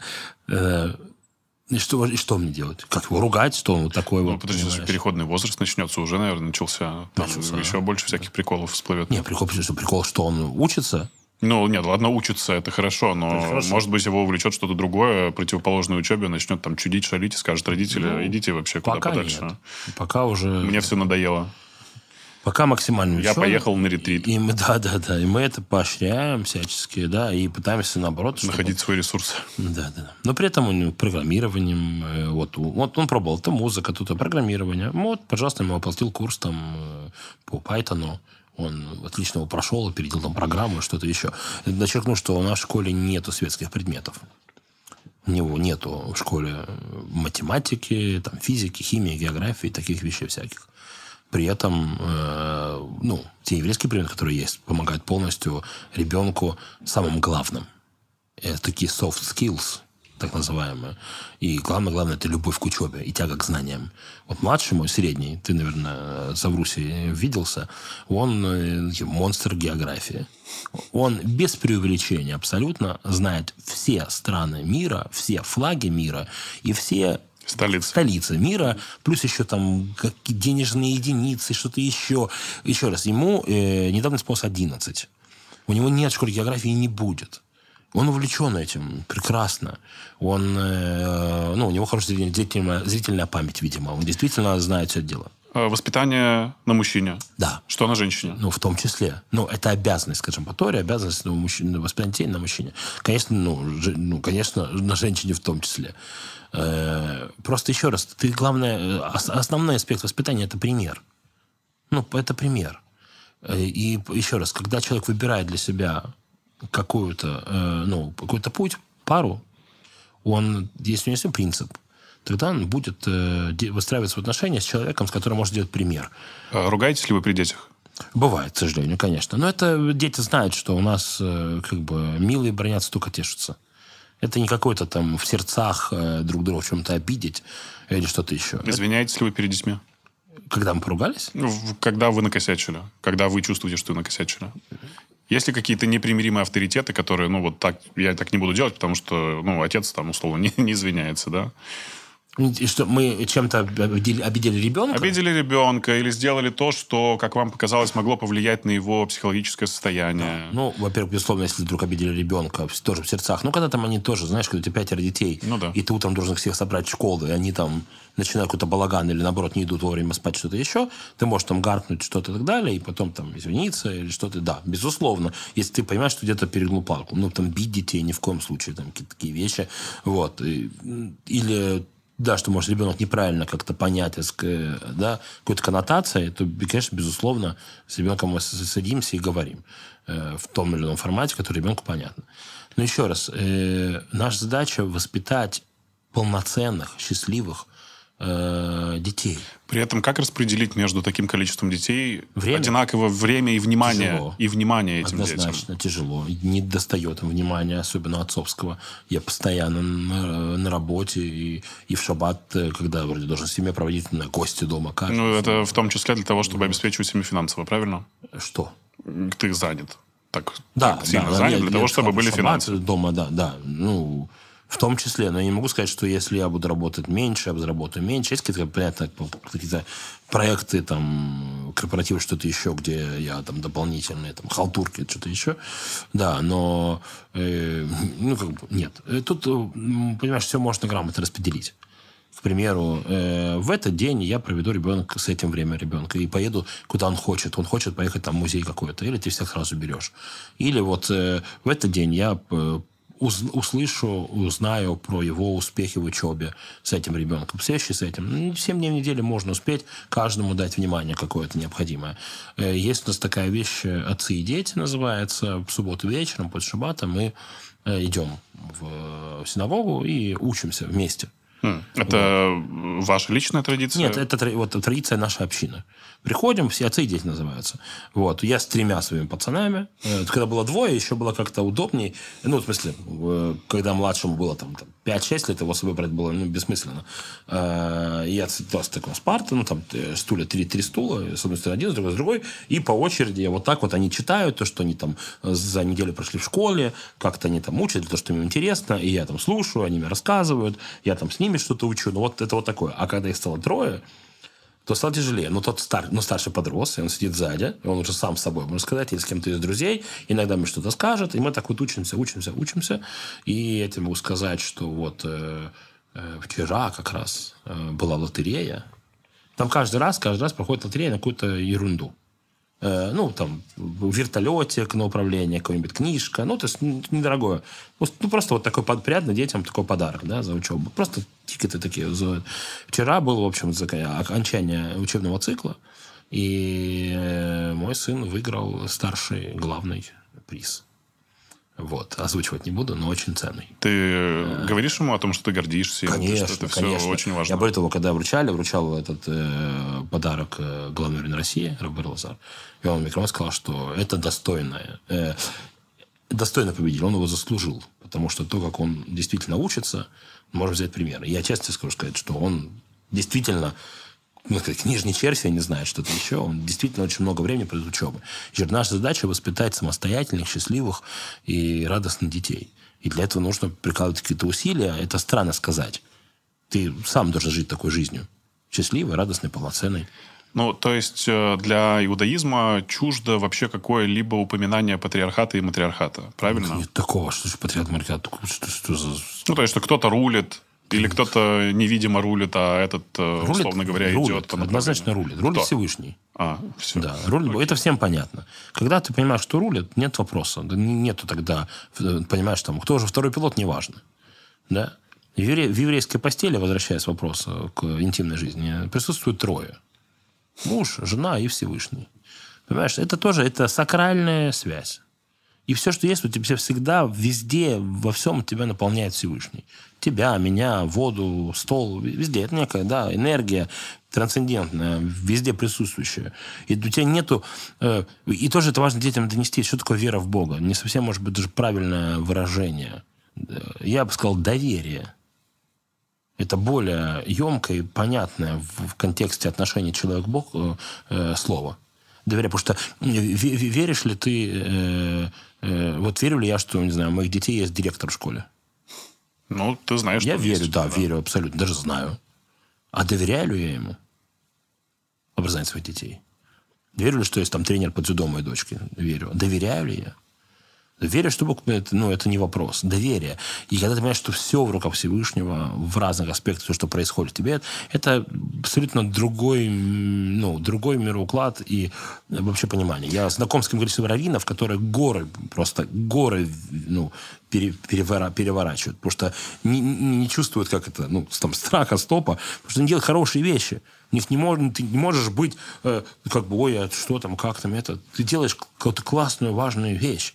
И что, и что мне делать? Как его ругать? Что он вот такой ну, вот? Подожди, понимаешь? Переходный возраст начнется, уже, наверное, начался. Там начался. Еще больше всяких приколов всплывет. Не, прикол, что прикол, что он учится. Ну, нет, ладно, учится, это хорошо, но, это хорошо. Может быть, его увлечет что-то другое, противоположное учебе, начнет там чудить, шалить и скажет родители, ну, идите вообще куда пока подальше. Нет. Пока уже... Мне все надоело. Пока максимально Я ученый. поехал на ретрит. И мы, да, да, да. И мы это поощряем всячески, да, и пытаемся, наоборот... Находить чтобы... свои ресурсы. Да, да. Но при этом он программированием, вот, вот он пробовал, то музыка, тут программирование. Вот, пожалуйста, ему оплатил курс там по Python. Он отлично его прошел, опередил там программу и что-то еще. Подчеркну, что у нас в школе нету светских предметов. У него нету в школе математики, там, физики, химии, географии, таких вещей всяких. При этом, э, ну, те еврейские предметы, которые есть, помогают полностью ребенку самым главным. Это такие soft skills, так называемые. И главное-главное, это любовь к учебе и тяга к знаниям. Вот младший мой, средний, ты, наверное, за Вруси виделся, он монстр географии. Он без преувеличения абсолютно знает все страны мира, все флаги мира и все столицы, столицы мира, плюс еще там какие денежные единицы, что-то еще. Еще раз, ему э, недавно исполнилось одиннадцать. У него нет школы географии и не будет. Он увлечен этим, прекрасно. Он, э, ну, у него хорошая зрительная, зрительная память, видимо. Он действительно знает все это дело. Воспитание на мужчине. Да. Что на женщине? Ну, в том числе. Ну, это обязанность, скажем, по Торе, обязанность ну, мужчины, воспитание детей на мужчине. Конечно, ну, ж, ну, конечно, на женщине в том числе. Э, просто еще раз, ты, главное, основной аспект воспитания – это пример. Ну, это пример. И еще раз, когда человек выбирает для себя какую-то, э, ну, какой-то путь, пару, он, если у него есть принцип, тогда он будет э, выстраивать свои отношения с человеком, с которым может делать пример. А ругаетесь ли вы при детях? Бывает, к сожалению, конечно. Но это дети знают, что у нас э, как бы милые бронятся, только тешутся. Это не какой-то там в сердцах э, друг друга в чем-то обидеть или что-то еще. Извиняетесь ли вы перед детьми? Когда мы поругались? Когда вы накосячили. Когда вы чувствуете, что вы накосячили. Есть ли какие-то непримиримые авторитеты, которые, ну, вот так, я так не буду делать, потому что, ну, отец там, условно, не, не извиняется, да? И что, мы чем-то обидели, обидели ребенка? Обидели ребенка или сделали то, что, как вам показалось, могло повлиять на его психологическое состояние. Да. Ну, во-первых, безусловно, если вдруг обидели ребенка, тоже в сердцах. Ну, когда там они тоже, знаешь, когда у тебя пятеро детей, ну, да. и ты утром должен всех собрать в школу, и они там начинают какой-то балаган или, наоборот, не идут вовремя спать, что-то еще, ты можешь там гаркнуть что-то и так далее, и потом там извиниться или что-то. Да, безусловно. Если ты понимаешь, что где-то перегнул палку. Ну, там, бить детей ни в коем случае, там, какие-то такие вещи. Вот. Или... Да, что, может, ребенок неправильно как-то понять, да, какой-то коннотацией, то, конечно, безусловно, с ребенком мы садимся и говорим э, в том или ином формате, который ребенку понятно. Но еще раз, э, наша задача воспитать полноценных, счастливых э, детей. При этом как распределить между таким количеством детей время? Одинаково время и внимание? Тяжело. И внимание этим Однозначно детям? Однозначно тяжело. Не достает им внимания, особенно отцовского. Я постоянно на, на работе и, и в шаббат, когда вроде должен с семьей проводить на гости дома. Кажется. Ну, это в том числе для того, чтобы обеспечивать семью финансово, правильно? Что? Ты занят. Так, да, так сильно да, занят я, для я, того, я чтобы были финансы. Дома, да, да. Ну... В том числе, но я не могу сказать, что если я буду работать меньше, я заработаю меньше. Есть какие-то, понятно, какие-то проекты, там, корпоративы, что-то еще, где я там дополнительные, там, халтурки, что-то еще. Да, но, э, ну, как бы, нет. Тут, понимаешь, все можно грамотно распределить. К примеру, э, в этот день я проведу ребенка с этим время ребенка и поеду, куда он хочет. Он хочет поехать там в музей какой-то, или ты всех сразу берешь. Или вот э, в этот день я... Э, услышу, узнаю про его успехи в учебе с этим ребенком. Следующий с этим. Семь дней в неделю можно успеть каждому дать внимание какое-то необходимое. Есть у нас такая вещь «Отцы и дети» называется. В субботу вечером, после шаббата, мы идем в синагогу и учимся вместе. Это вот. Ваша личная традиция? Нет, это вот, традиция нашей общины. Приходим, все отцы и дети называются. Вот. Я с тремя своими пацанами. Когда было двое, еще было как-то удобнее. Ну, в смысле, когда младшему было там, там, пять-шесть лет, его с собой брать было ну, бессмысленно. Я просто такой спарта, ну, там стулья, три, три стула, с одной стороны один, с другой, с другой. И по очереди вот так вот они читают то, что они там за неделю прошли в школе, как-то они там учат, то, что им интересно. И я там слушаю, они мне рассказывают, я там с ними что-то учу. Ну, вот это вот такое. А когда их стало трое, то стало тяжелее. Но тот стар, ну, старший подрос, и он сидит сзади, и он уже сам с собой, можно сказать, или с кем-то из друзей. Иногда мне что-то скажет, и мы так вот учимся, учимся, учимся. И я тебе могу сказать, что вот э, э, вчера как раз э, была лотерея. Там каждый раз, каждый раз проходит лотерея на какую-то ерунду. Э, ну, там, вертолетик на управление, какая-нибудь книжка. Ну, то есть, недорогое. Ну, просто вот такой приятно детям такой подарок, да, за учебу. Просто тикеты такие. Вчера было, в общем, окончание учебного цикла, и мой сын выиграл старший главный приз. Вот. Озвучивать не буду, но очень ценный. Ты а, говоришь ему о том, что ты гордишься? Конечно, что это конечно. Все очень важно. Я более того, когда вручали, вручал этот э, подарок э, главный раввин России, Рав Берлазар, и он мне сказал, что это достойное. Э, достойно победил, он его заслужил. Потому что то, как он действительно учится, можно взять пример. И я честно скажу сказать, что он действительно... Ну, как книжный червь, я не знаю, что-то еще. Он действительно очень много времени проводит учебы. И наша задача воспитать самостоятельных, счастливых и радостных детей. И для этого нужно прикладывать какие-то усилия. Это странно сказать. Ты сам должен жить такой жизнью. Счастливой, радостной, полноценной. Ну, то есть для иудаизма чуждо вообще какое-либо упоминание патриархата и матриархата, правильно? Нет такого, что же патриархат, матриархат, что, что за... Ну, то есть, что кто-то рулит, или кто-то невидимо рулит, а этот, рулит, условно говоря, рулит, идет по однозначно рулит. Рулит Кто? Всевышний. А, все. Да, рулит. Это всем понятно. Когда ты понимаешь, что рулит, нет вопроса. Нету тогда, понимаешь, там, кто же второй пилот, неважно. Да? В еврейской постели, возвращаясь к вопросу к интимной жизни, присутствует трое. Муж, жена и Всевышний. Понимаешь, это тоже это сакральная связь. И все, что есть, у тебя всегда, везде, во всем тебя наполняет Всевышний. Тебя, меня, воду, стол, везде. Это некая, да, энергия трансцендентная, везде присутствующая. И у тебя нету... Э, и тоже это важно детям донести. Что такое вера в Бога? Не совсем, может быть, даже правильное выражение. Я бы сказал, доверие. Это более емкое и понятное в контексте отношений человек-бог э, слово. Доверяю, потому что веришь ли ты... Э, э, вот верю ли я, что, не знаю, у моих детей есть директор в школе? Ну, ты знаешь, я что верю, есть, да, да, верю абсолютно, даже знаю. А доверяю ли я ему? Образование своих детей. Верю ли, что есть там тренер по дзюдо моей дочки? Верю. Доверяю ли я? Верю, что Бог, ну, это не вопрос. Доверие. И когда ты понимаешь, что все в руках Всевышнего, в разных аспектах, все, что происходит в тебе, это абсолютно другой, ну, другой мироуклад и вообще понимание. Я знаком с таким количеством раввинов, которые горы, просто горы, ну, пере, перевора, переворачивают. Потому что не, не чувствуют, как это, ну, там, страха, стопа. Потому что они делают хорошие вещи. У них не мож, ты не можешь быть, э, как бы, ой, а что там, как там, это. Ты делаешь какую-то классную, важную вещь.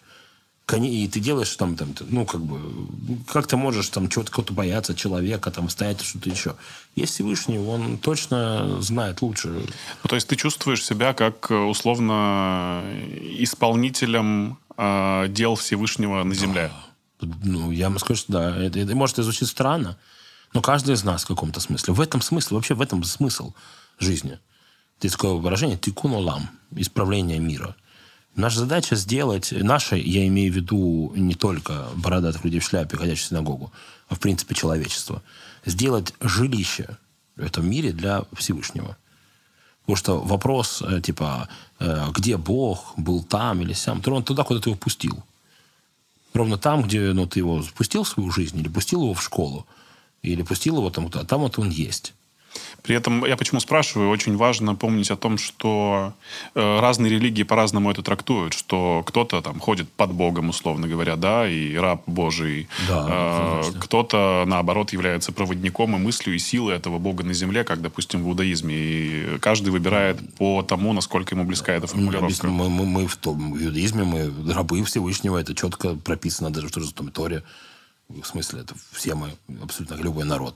И ты делаешь там, там, ну, как бы, как ты можешь там чего-то кого-то бояться, человека, там, стоять, что-то еще. Есть Всевышний, он точно знает лучше. Ну, то есть ты чувствуешь себя как, условно, исполнителем э, дел Всевышнего на земле? Да. Ну, я могу сказать, что да. Это, это, может, это звучит странно, но каждый из нас в каком-то смысле. В этом смысле, вообще в этом смысл жизни. Есть такое выражение «тикун олам», исправление мира. Наша задача сделать... Наша, я имею в виду не только бородатых людей в шляпе, ходящих в синагогу, а в принципе человечество. Сделать жилище в этом мире для Всевышнего. Потому что вопрос, типа, где Бог, был там или сям, то он туда, куда ты его пустил. Ровно там, где ну, ты его пустил в свою жизнь, или пустил его в школу, или пустил его там, а там вот он есть. При этом я почему спрашиваю, очень важно помнить о том, что э, разные религии по-разному это трактуют, что кто-то там ходит под Богом, условно говоря, да, и раб Божий, да, э, кто-то, наоборот, является проводником и мыслью, и силой этого Бога на земле, как, допустим, в иудаизме, и каждый выбирает по тому, насколько ему близка эта формулировка. Мы, мы, мы в, том, в иудаизме мы рабы Всевышнего, это четко прописано даже в той же Торе. В смысле, это все мы, абсолютно любой народ.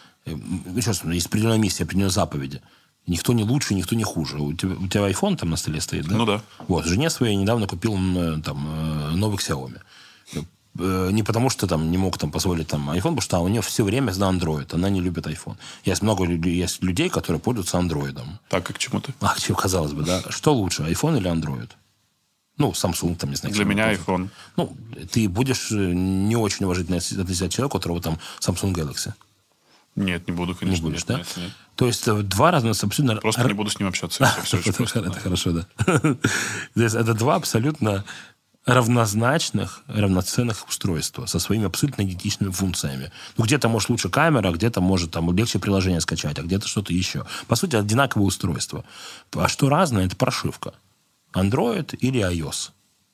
Еще раз, есть определенная миссия, определенные заповеди. Никто не лучше, никто не хуже. У тебя, у тебя iPhone там на столе стоит, да? Ну да. Вот, жене своей недавно купил там новый Xiaomi. Не потому, что там не мог там позволить там iPhone, потому что у нее все время на Android. Она не любит iPhone. Есть много есть людей, которые пользуются Android. Так, и к чему ты? А, к чему, казалось бы, да? Что лучше, iPhone или Android? Ну, Samsung, там, не знаю. Для меня iPhone. Ну, ты будешь не очень уважительно относиться к человеку, у которого там Samsung Galaxy. Нет, не буду, конечно. Не будешь, нет, да? Нет, нет. То есть два разных абсолютно... Просто не буду с ним общаться. Это хорошо, да. То есть это два абсолютно равнозначных, равноценных устройства со своими абсолютно идентичными функциями. Ну, где-то, может, лучше камера, где-то, может, там легче приложение скачать, а где-то что-то еще. По сути, одинаковое устройство. А что разное, это прошивка. Android или iOS.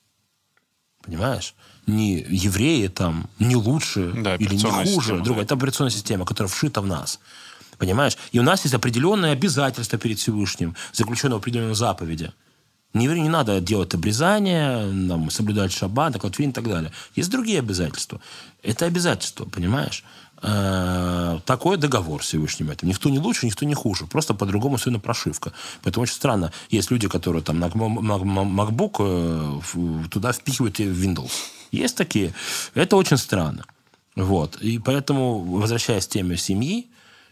Понимаешь? Не евреи там, не лучше да, или не хуже. Система, Другая. да. Это операционная система, которая вшита в нас. Понимаешь? И у нас есть определенные обязательства перед Всевышним, заключенные в определенной заповеди. Не, не надо делать обрезание, там, соблюдать шаббат, клотвин и так далее. Есть другие обязательства. Это обязательства, понимаешь? Такой договор с Всевышним. Это. Никто не лучше, никто не хуже. Просто по-другому устроена прошивка. Поэтому очень странно. Есть люди, которые там на MacBook туда впихивают Windows. Есть такие. Это очень странно. Вот. И поэтому, возвращаясь к теме семьи,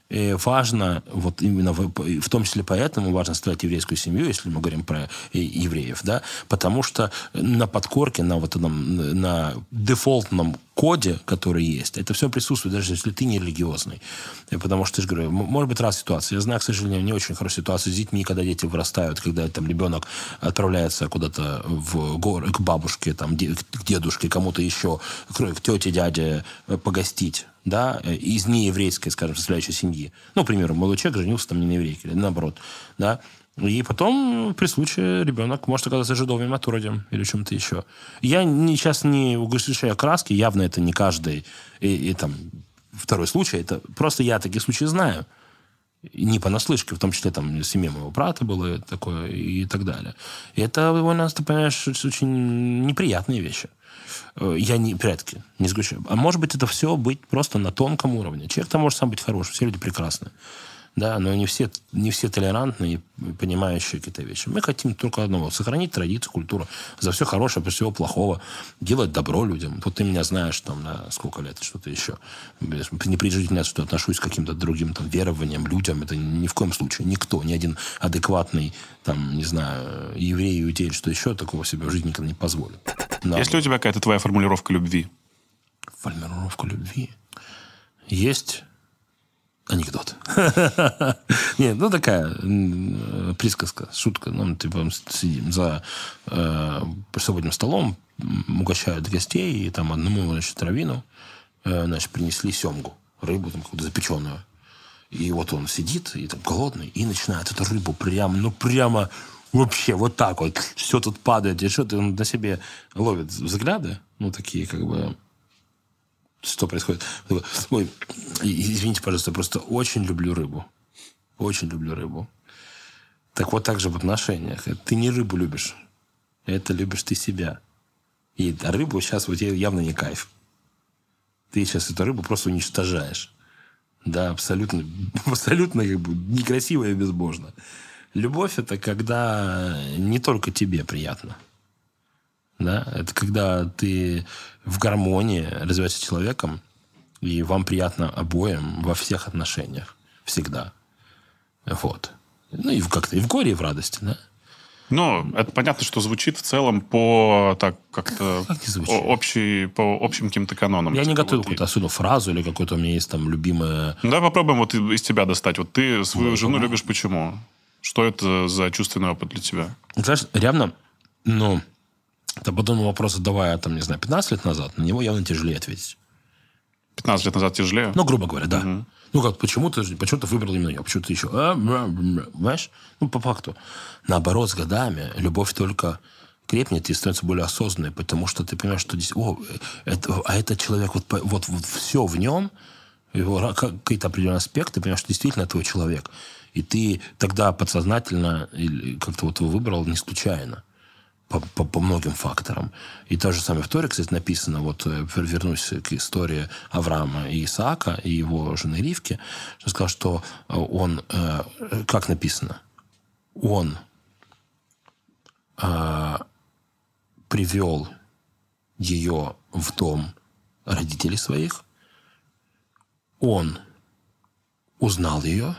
И важно, вот именно в, в том числе поэтому важно строить еврейскую семью, если мы говорим про евреев, да, потому что на подкорке, на вот этом, на дефолтном коде, который есть, это все присутствует, даже если ты не религиозный. Потому что, я же говорю, может быть, раз ситуация. Я знаю, к сожалению, не очень хорошую ситуацию с детьми, когда дети вырастают, когда там ребенок отправляется куда-то в горы, к бабушке, там, к дедушке, кому-то еще, к тете, дяде погостить. Да, из нееврейской, скажем, составляющей семьи. Ну, к примеру, молодой человек женился там не на еврейке, или наоборот. Да. И потом, при случае, ребенок может оказаться жидовым отродьем или чем-то еще. Я не, сейчас не угощаю краски, явно это не каждый и, и, там, второй случай. Это просто я такие случаи знаю. Не понаслышке, в том числе там в семье моего брата было такое и так далее. И это, у нас, ты понимаешь, очень неприятные вещи. Я не, опять-таки, не сгущаю. А может быть, это все быть просто на тонком уровне. Человек-то может сам быть хороший, все люди прекрасны. Да, но не все, не все толерантные и понимающие какие-то вещи. Мы хотим только одного. Сохранить традицию, культуру. За все хорошее, за всего плохого. Делать добро людям. Вот ты меня знаешь там на сколько лет, что-то еще. Непрежительно, что отношусь к каким-то другим там верованиям, людям. Это ни в коем случае. Никто, ни один адекватный, там, не знаю, еврей, иудей, что еще, такого себе в жизни никогда не позволит. Но... Есть ли у тебя какая-то твоя формулировка любви? Формулировка любви? Есть... Анекдот. Нет, ну такая присказка, шутка. Ну, типа, сидим за э, субботним столом, угощают гостей, и там одному, значит, раввину, э, значит, принесли семгу, рыбу там какую-то запеченную. И вот он сидит, и там голодный, и начинает эту рыбу прямо, ну, прямо вообще вот так вот. Все тут падает, и что-то он на себе ловит взгляды, ну, такие как бы... Что происходит? Ой, извините, пожалуйста, я просто очень люблю рыбу. Очень люблю рыбу. Так вот так же в отношениях. Ты не рыбу любишь. Это любишь ты себя. И рыбу сейчас вот явно не кайф. Ты сейчас эту рыбу просто уничтожаешь. Да, абсолютно, абсолютно как бы некрасиво и безбожно. Любовь – это когда не только тебе приятно. Да? Это когда ты в гармонии развиваешься с человеком, и вам приятно обоим во всех отношениях. Всегда. Вот. Ну, и как-то и в горе, и в радости, да? Ну, это понятно, что звучит в целом по так как-то как общий, по общим каким-то канонам. Я типа, не готовил вот какую-то особенную фразу или какое-то у меня есть там любимое... Ну, давай попробуем вот из тебя достать. Вот ты свою ну, жену любишь почему? Что это за чувственный опыт для тебя? Знаешь, реально, ну... Ты подобный вопрос задавая, там, не знаю, пятнадцать лет назад, на него явно тяжелее ответить. пятнадцать лет назад тяжелее? Ну, грубо говоря, да. Угу. Ну, как, почему ты, почему ты выбрал именно ее? Почему ты еще... А, знаешь? Ну, по факту. Наоборот, с годами любовь только крепнет и становится более осознанной, потому что ты понимаешь, что здесь... О, это, а этот человек, вот, вот, вот все в нем, его какие-то определенные аспекты, ты понимаешь, что действительно твой человек. И ты тогда подсознательно как-то вот его выбрал не случайно. По, по, по многим факторам. И то же самое в Торе, кстати, написано, вот вернусь к истории Авраама и Исаака, и его жены Ривки, что сказал, что он, как написано, он э, привел ее в дом родителей своих, он узнал ее,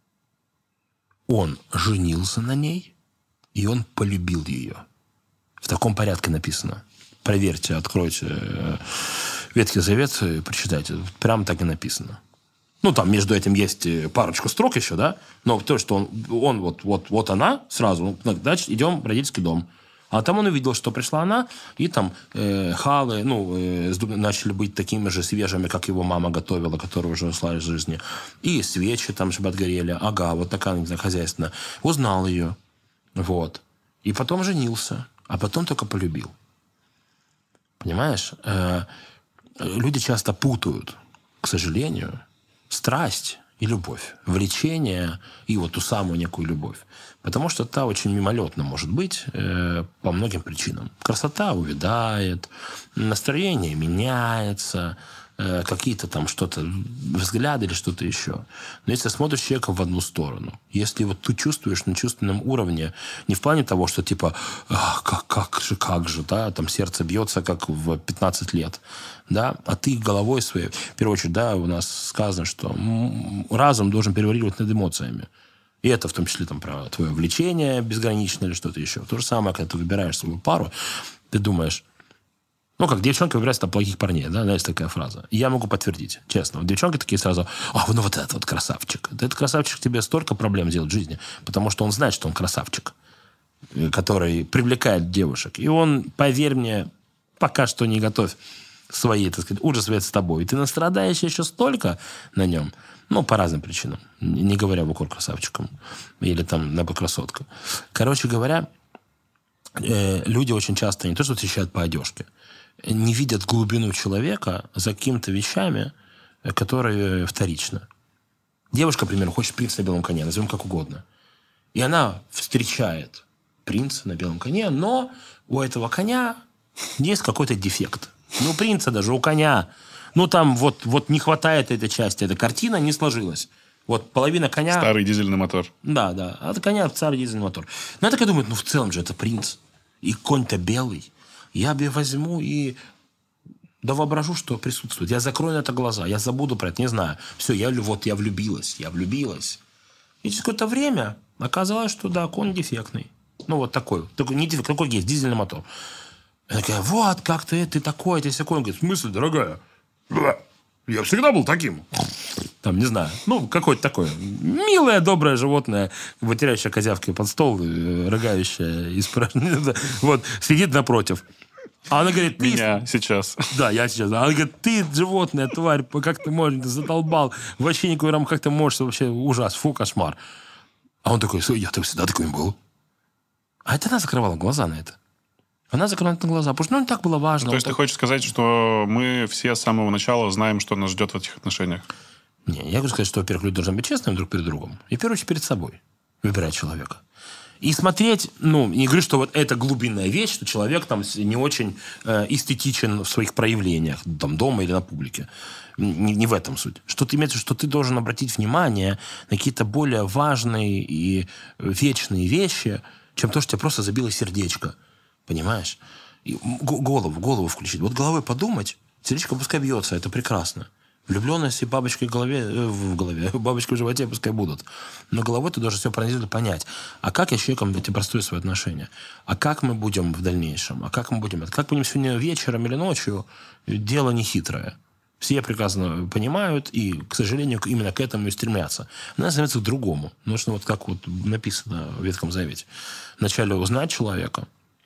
он женился на ней, и он полюбил ее. В таком порядке написано. Проверьте, откройте Ветхий Завет, прочитайте. Прямо так и написано. Ну, там между этим есть парочку строк еще, да? Но то, что он, он вот, вот, вот она сразу, значит, идем в родительский дом. А там он увидел, что пришла она, и там э, халы, ну, э, начали быть такими же свежими, как его мама готовила, которая уже ушла из жизни. И свечи там шаббат горели. Ага, вот такая, не знаю, хозяйственная. Узнал ее. Вот. И потом женился. А потом только полюбил. Понимаешь? Э, люди часто путают, к сожалению, страсть и любовь. Влечение и вот ту самую некую любовь. Потому что та очень мимолетно может быть э, по многим причинам. Красота увядает, настроение меняется, э, какие-то там что-то, взгляды или что-то еще. Но если смотришь человека в одну сторону, если вот ты чувствуешь на чувственном уровне, не в плане того, что типа, как, как же, как же, да, там сердце бьется, как в пятнадцать лет, да, а ты головой своей, в первую очередь, да, у нас сказано, что разум должен переваривать над эмоциями. И это в том числе там, про твое влечение безграничное или что-то еще. То же самое, когда ты выбираешь свою пару, ты думаешь, ну, как девчонка выбирается на плохих парней, да, есть такая фраза. И я могу подтвердить, честно. Вот девчонки такие сразу, а, ну вот этот вот красавчик. Этот красавчик тебе столько проблем делает в жизни, потому что он знает, что он красавчик, который привлекает девушек. И он, поверь мне, пока что не готов свои, так сказать, ужасы с тобой. И ты настрадаешь еще столько на нем, ну, по разным причинам. Не говоря в укор красавчикам. Или там на красоткам. Короче говоря, э, люди очень часто не то, что встречают по одежке, не видят глубину человека за какими-то вещами, которые вторичны. Девушка, например, хочет принца на белом коне, назовем как угодно. И она встречает принца на белом коне, но у этого коня есть какой-то дефект. Ну, принца даже, у коня. Ну, там вот, вот не хватает этой части. Эта картина не сложилась. Вот половина коня... Старый дизельный мотор. Да, да. А от коня старый дизельный мотор. Но я так и думаю, ну, в целом же это принц. И конь-то белый. Я бы возьму и... Да воображу, что присутствует. Я закрою на это глаза. Я забуду про это. Не знаю. Все, я, вот, я влюбилась. Я влюбилась. И через какое-то время оказалось, что да, конь дефектный. Ну, вот такой. Такой не дефект, какой есть, дизельный мотор. Я такая, вот, как ты, ты такой, ты всякой. Он говорит, в смысле, дорогая? Я всегда был таким. Там, не знаю, ну, какое-то такое милое, доброе животное, вытирающее козявки под стол, рыгающее из вот, сидит напротив. А она говорит, ты... Меня сейчас. Да, я сейчас. Она говорит, ты животное, тварь, как ты можешь, ты задолбал. Вообще никакой рам, как ты можешь, вообще ужас, фу, кошмар. А он такой, я-то всегда таким был. А это она закрывала глаза на это. Она закрыла на глаза, потому что ну, не так было важно. Ну, то есть так... ты хочешь сказать, что мы все с самого начала знаем, что нас ждет в этих отношениях? Не, я хочу сказать, что, во-первых, люди должны быть честными друг перед другом. И, в первую очередь, перед собой. Выбирать человека. И смотреть, ну, не говорю, что вот это глубинная вещь, что человек там не очень э, эстетичен в своих проявлениях, там, дома или на публике. Не, не в этом суть. Что ты имеешь, что ты должен обратить внимание на какие-то более важные и вечные вещи, чем то, что тебе просто забило сердечко. Понимаешь? И голову, голову включить. Вот головой подумать, сердечко пускай бьется, это прекрасно. Влюбленность и бабочка в голове, э, в голове, бабочка в животе пускай будут. Но головой ты должен все пронзительно понять. А как я с человеком эти простые свои отношения? А как мы будем в дальнейшем? А как мы будем? Как будем сегодня вечером или ночью? Дело не хитрое. Все прекрасно понимают и, к сожалению, именно к этому и стремятся. Надо стремиться к другому. Нужно, вот как вот написано в Ветхом Завете. Вначале узнать человека,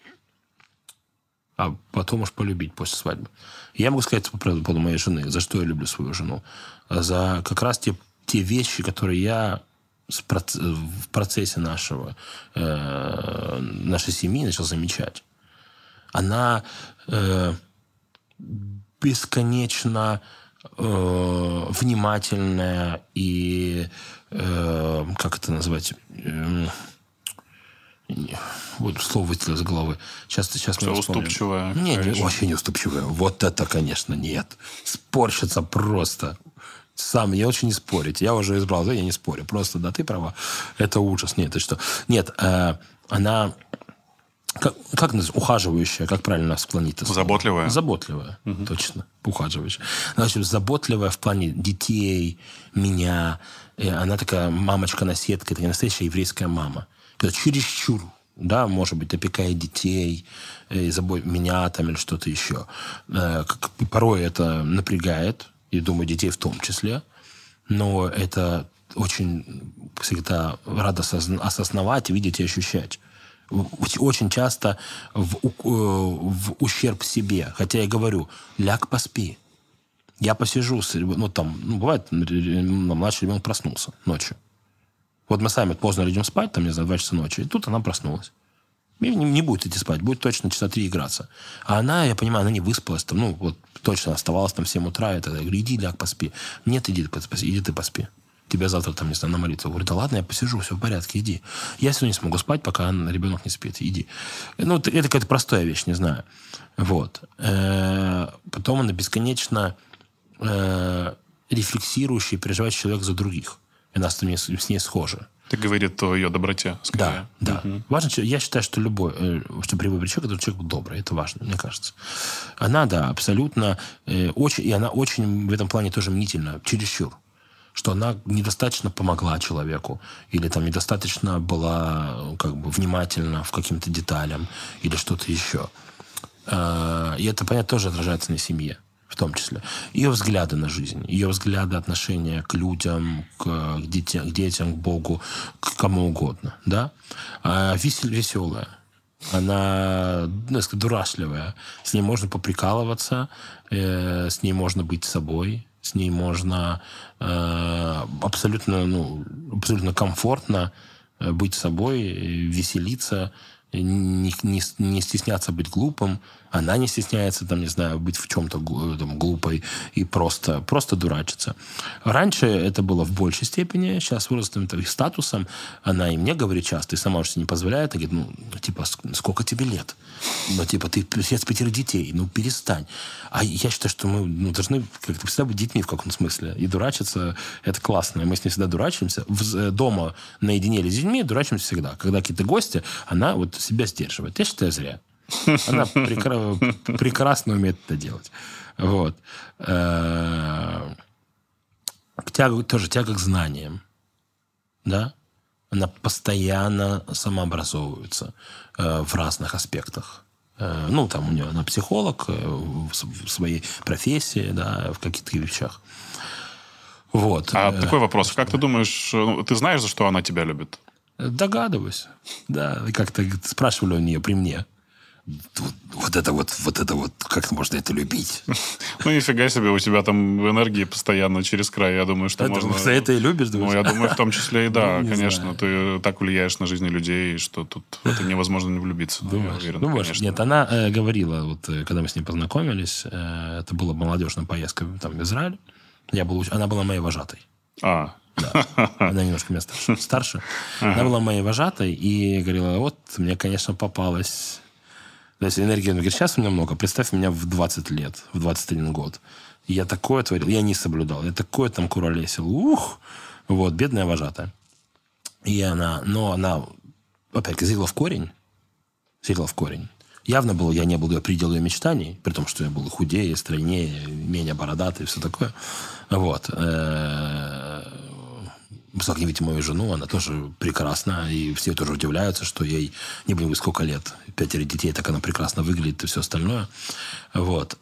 а потом уж полюбить после свадьбы. Я могу сказать по поводу моей жены, за что я люблю свою жену. За как раз те, те вещи, которые я в процессе нашего, э, нашей семьи начал замечать. Она э, бесконечно э, внимательная и, э, как это назвать... Э, вот слово вылетело из головы. Сейчас, сейчас что уступчивая. Не, не, вообще не уступчивая. Вот это, конечно, нет. Спорщица просто. Сам, я очень не спорить. Я уже избрал, да, я не спорю. Просто, да, ты права. Это ужас. Нет, ты что? Нет, э, она... Как, как называется? Ухаживающая, как правильно склонить-то? Заботливая. Заботливая, угу. Точно. Ухаживающая. Значит, заботливая в плане детей, меня. И она такая мамочка-наседка, такая настоящая еврейская мама. Чересчур, да, может быть, опекает детей, и забо- меня там или что-то еще. Э, как, порой это напрягает, и, думаю, детей в том числе. Но это очень всегда рад осозна- осознавать, видеть и ощущать. Очень часто в, в ущерб себе. Хотя я говорю, ляг поспи. Я посижу, ну, там, ну, бывает, младший ребенок проснулся ночью. Вот мы сами поздно лежим спать, там, не знаю, два часа ночи, и тут она проснулась. И не, не будет идти спать, будет точно часа три играться. А она, я понимаю, она не выспалась, там, ну, вот точно оставалась там в семь утра, и тогда я говорю, иди, ляг, поспи. Нет, иди, поспи, иди ты поспи. Тебя завтра, там, не знаю, на молитву. Говорю, да ладно, я посижу, все в порядке, иди. Я сегодня не смогу спать, пока ребенок не спит, иди. Ну, это какая-то простая вещь, не знаю. Вот. Потом она бесконечно э, рефлексирующий, переживающий человек за других. И нас с ней, с ней схожи. Ты говорит о ее доброте, скорее. Да, да. Угу. Важно, я считаю, что любой, что при выборе человека, это человек добрый. Это важно, мне кажется. Она, да, абсолютно э, очень, и она очень в этом плане тоже мнительна, чересчур. Что она недостаточно помогла человеку, или там недостаточно была как бы внимательна в каким-то деталям, или что-то еще. Э, и это, понятно, тоже отражается на семье. В том числе. Ее взгляды на жизнь, ее взгляды, отношения к людям, к, к, детям, к детям, к Богу, к кому угодно. Да? А весел, веселая. Она, ну, сказать, дурашливая. С ней можно поприкалываться, э, с ней можно быть собой, с ней можно э, абсолютно, ну, абсолютно комфортно быть собой, веселиться, не, не, не стесняться быть глупым. Она не стесняется, там, не знаю, быть в чем-то там, глупой и просто, просто дурачиться. Раньше это было в большей степени. Сейчас выросла их статусом. Она и мне говорит часто, и сама уже себе не позволяет. Она говорит, ну, типа, сколько тебе лет? Ну, типа, ты отец пятерых детей. Ну, перестань. А я считаю, что мы ну, должны как-то всегда быть детьми в каком-то смысле. И дурачиться – это классно. И мы с ней всегда дурачимся. В, дома наедине или с детьми дурачимся всегда. Когда какие-то гости, она вот себя сдерживает. Я считаю, зря. Она прекра- прекрасно умеет это делать. Вот. Тяга, тоже тяга к знаниям. Да? Она постоянно самообразовывается в разных аспектах. Ну, там у нее она психолог в своей профессии, да, в каких-то вещах. Вот. А такой вопрос. Как ты думаешь, ты знаешь, за что она тебя любит? Догадываюсь. Да, как-то спрашивали у нее при мне. Вот, вот это вот, вот это вот, как можно это любить? Ну, нифига себе, у тебя там энергии постоянно через край. Я думаю, что это, можно... За это и любишь, думаешь? Ну, я думаю, в том числе и да, ну, конечно. Знаю. Ты так влияешь на жизни людей, что тут в это невозможно не влюбиться. Думаешь? Я уверен, Думаешь? конечно. Нет, она э, говорила, вот, когда мы с ней познакомились, э, это была молодежная поездка там, в Израиль. Я был, она была моей вожатой. А, да. Она немножко меня старше. старше. Ага. Она была моей вожатой и говорила, вот, мне, конечно, попалась... То есть энергия, он говорит, сейчас у меня много. Представь меня в двадцать лет, в двадцать один год. Я такое творил, я не соблюдал. Я такое там куролесил. Ух! Вот, бедная вожатая. И она, но она, опять, зрела в корень. Зрела в корень. Явно было, я не был ее пределом ее мечтаний, при том, что я был худее, стройнее, менее бородатый и все такое. Вот. Как не видите мою жену, она тоже прекрасна, и все тоже удивляются, что ей не будем говорить, сколько лет, пятеро детей, так она прекрасно выглядит и все остальное. Вот.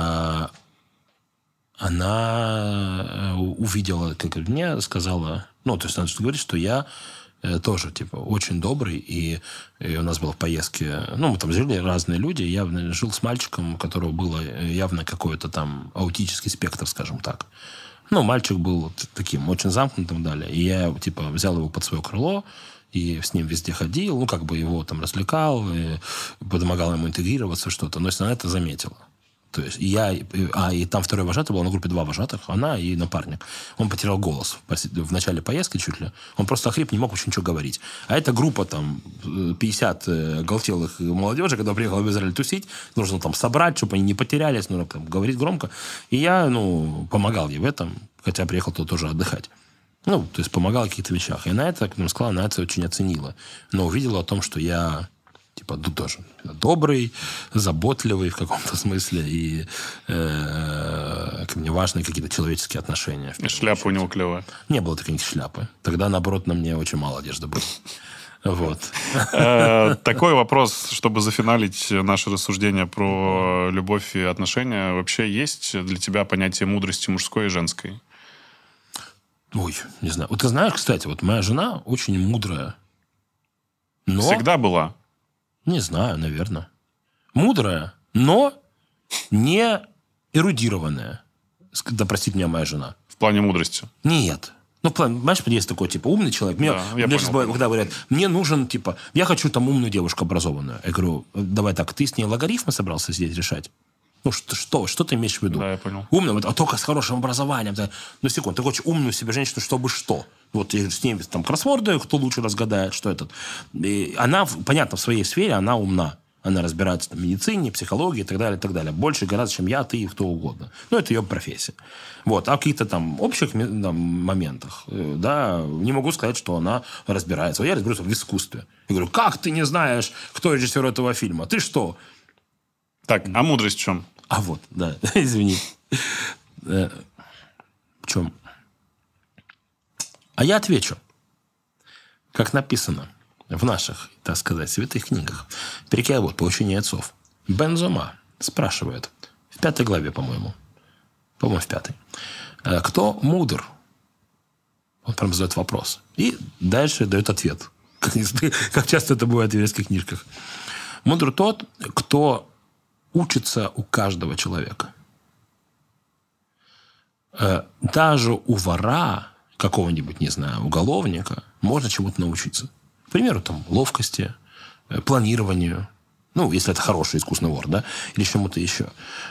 Она увидела, как мне сказала, ну, то есть она говорит, что я тоже, типа, очень добрый, и, и у нас была в поездке, ну, мы там жили разные люди, я жил с мальчиком, у которого было явно какой-то там аутический спектр, скажем так. Ну, мальчик был таким очень замкнутым и далее. И я, типа, взял его под свое крыло и с ним везде ходил, ну, как бы его там развлекал, и помогал ему интегрироваться, что-то. Но если она это заметила. То есть я... А, и там второй вожатый был, на группе два вожатых, она и напарник. Он потерял голос в начале поездки чуть ли. Он просто охрип, не мог вообще ничего говорить. А эта группа там пятьдесят оголтелых молодежи, когда приехала в Израиль тусить, нужно там собрать, чтобы они не потерялись, нужно там говорить громко. И я, ну, помогал ей в этом, хотя приехал туда тоже отдыхать. Ну, то есть помогал в каких-то вещах. И она это, как я сказала, она это очень оценила. Но увидела о том, что я... Типа, ну, тоже добрый, заботливый в каком-то смысле. И э, мне важны какие-то человеческие отношения. И шляпа у него клевая. Не было такой шляпы. Тогда, наоборот, на мне очень мало одежды было. Вот. Такой вопрос, чтобы зафиналить наше рассуждение про любовь и отношения. Вообще есть для тебя понятие мудрости мужской и женской? Ой, не знаю. Вот ты знаешь, кстати, вот моя жена очень мудрая. Но... Всегда была? Не знаю, наверное. Мудрая, но не эрудированная. Да простит меня моя жена. В плане мудрости? Нет. Ну, в плане, знаешь, есть такой, типа, умный человек. Мне, да, я мне понял, бывает, когда говорят, мне нужен, типа, я хочу там умную девушку образованную. Я говорю, давай так, ты с ней логарифмы собрался здесь решать? Ну, что, что, что ты имеешь в виду? Да, я понял. Умным, а только с хорошим образованием. Да. Ну, секунду, ты хочешь умную себе женщину, чтобы что? Вот с ней там кроссворды, кто лучше разгадает, что этот. И она, понятно, в своей сфере она умна. Она разбирается в медицине, психологии и так далее, и так далее. Больше гораздо, чем я, ты и кто угодно. Ну, это ее профессия. Вот. А в каких-то там общих там, моментах, да, не могу сказать, что она разбирается. Я разбираюсь в искусстве. Я говорю, как ты не знаешь, кто режиссер этого фильма? Ты что? Так, а мудрость в чем? А вот, да, извини. В чем? А я отвечу. Как написано в наших, так сказать, святых книгах. Перекей вот «Поучение отцов». Бен-Зома спрашивает, в пятой главе, по-моему, по-моему, в пятой, кто мудр? Он прям задает вопрос. И дальше дает ответ. Как, как часто это бывает в еврейских книжках. Мудр тот, кто учится у каждого человека. Даже у вора, какого-нибудь, не знаю, уголовника, можно чему-то научиться. К примеру, там, ловкости, планированию. Ну, если это хороший искусный вор, да? Или чему-то еще.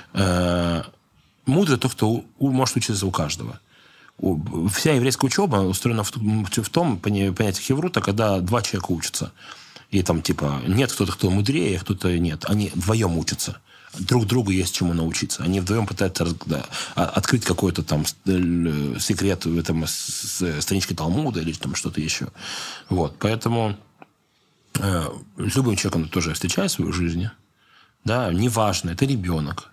Мудрый тот, кто может учиться у каждого. Вся еврейская учеба устроена в том понятии хеврута, когда два человека учатся. И там, типа, нет кто-то, кто мудрее, а кто-то нет. Они вдвоем учатся. Друг другу есть чему научиться. Они вдвоем пытаются да, открыть какой-то там секрет в этом страничке Талмуда или там что-то еще. Вот. Поэтому э, с любым человеком ты тоже встречаешь в своей жизни. Да, неважно, это ребенок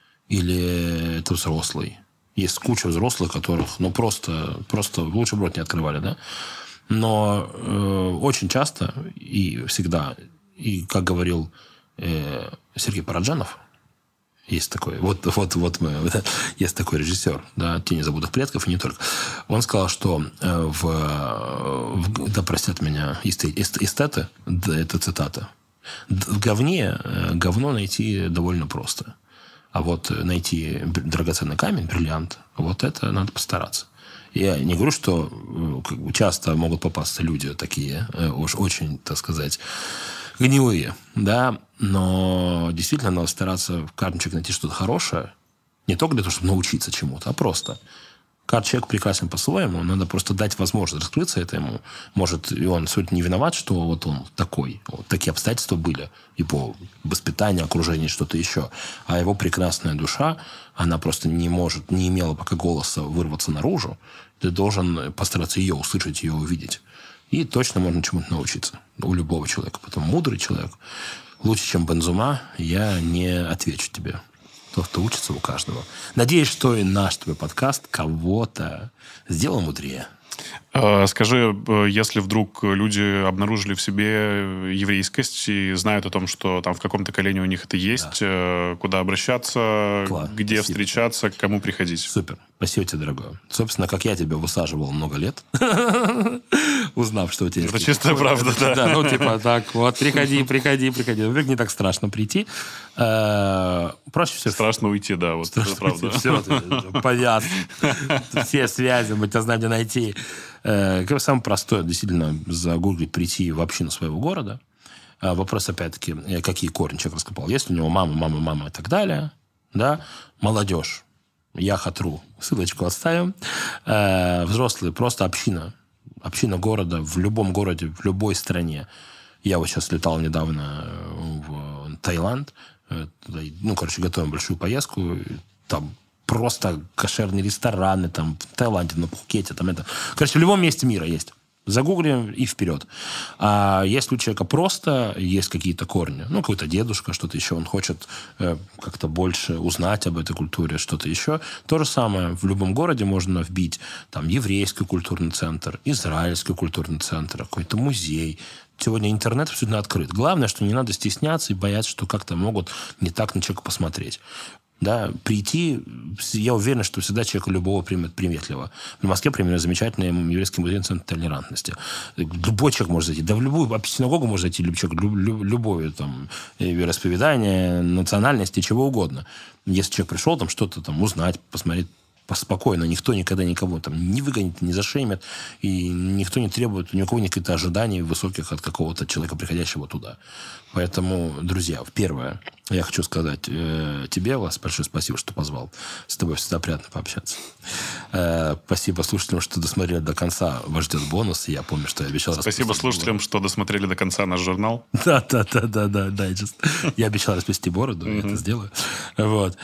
или это взрослый. Есть куча взрослых, которых ну, просто, просто лучше бы рот не открывали. Да? Но э, очень часто и всегда, и как говорил э, Сергей Параджанов, есть такой, вот, вот, вот мы, есть такой режиссер, да, «Тени забытых предков» и не только. Он сказал, что в, в да простят меня эстеты, да, это цитата, в говне говно найти довольно просто. А вот найти драгоценный камень, бриллиант, вот это надо постараться. Я не говорю, что часто могут попасться люди такие, уж очень, так сказать, гнилые, да, но действительно надо стараться в каждом человеке найти что-то хорошее, не только для того, чтобы научиться чему-то, а просто. Каждый человек прекрасен по-своему, надо просто дать возможность раскрыться это ему. Может, и он абсолютно не виноват, что вот он такой. Вот такие обстоятельства были. Его воспитание, окружение, что-то еще. А его прекрасная душа, она просто не может, не имела пока голоса вырваться наружу. Ты должен постараться ее услышать, ее увидеть. И точно можно чему-то научиться. У любого человека. Потом мудрый человек. Лучше, чем Бен-Зома, я не отвечу тебе. Тот, кто учится у каждого. Надеюсь, что и наш твой подкаст кого-то сделал мудрее. Скажи, если вдруг люди обнаружили в себе еврейскость и знают о том, что там в каком-то колене у них это есть, да. Куда обращаться, Класс. Где Спасибо. Встречаться, к кому приходить? Супер. Спасибо тебе, дорогой. Собственно, как я тебя высаживал много лет, узнав, что у тебя есть. Это чистая правда, да. Да, ну типа так, вот, приходи, приходи, приходи. Во-первых, не так страшно прийти. Проще всего... Страшно уйти, да, вот это правда. Все, понятно. Все связи, мы тебя знаем, где найти. Самое простое, действительно, загуглить, прийти в общину своего города. Вопрос, опять-таки, какие корни человек раскопал. Есть у него мама, мама, мама и так далее. Да? Молодежь. Яхатру. Ссылочку оставим. Взрослые. Просто община. Община города в любом городе, в любой стране. Я вот сейчас летал недавно в Таиланд. Ну, короче, готовим большую поездку. Там просто кошерные рестораны там, в Таиланде, на Пхукете. Там это. Короче, в любом месте мира есть. Загуглим и вперед. А если у человека просто есть какие-то корни, ну, какой-то дедушка, что-то еще, он хочет э, как-то больше узнать об этой культуре, что-то еще, то же самое. В любом городе можно вбить там еврейский культурный центр, израильский культурный центр, какой-то музей. Сегодня интернет абсолютно открыт. Главное, что не надо стесняться и бояться, что как-то могут не так на человека посмотреть. Да, прийти, я уверен, что всегда человека любого примет приветливо. В Москве, например, замечательный еврейский музей центр толерантности. Любой человек может зайти. Да в любую в синагогу может зайти любой человек, люб, любое там вероисповедание, национальности, чего угодно. Если человек пришел там что-то там узнать, посмотреть, Спокойно. Никто никогда никого там не выгонит, не зашеймит. И никто не требует, ни у кого нет каких-то ожиданий высоких от какого-то человека, приходящего туда. Поэтому, друзья, первое, я хочу сказать э, тебе, Влас, большое спасибо, что позвал. С тобой всегда приятно пообщаться. Э, спасибо слушателям, что досмотрели до конца. Вас ждет бонус. Я помню, что я обещал... Спасибо слушателям, что досмотрели до конца наш журнал. Да-да-да-да-да. Я обещал распустить бороду, я это сделаю. Вот.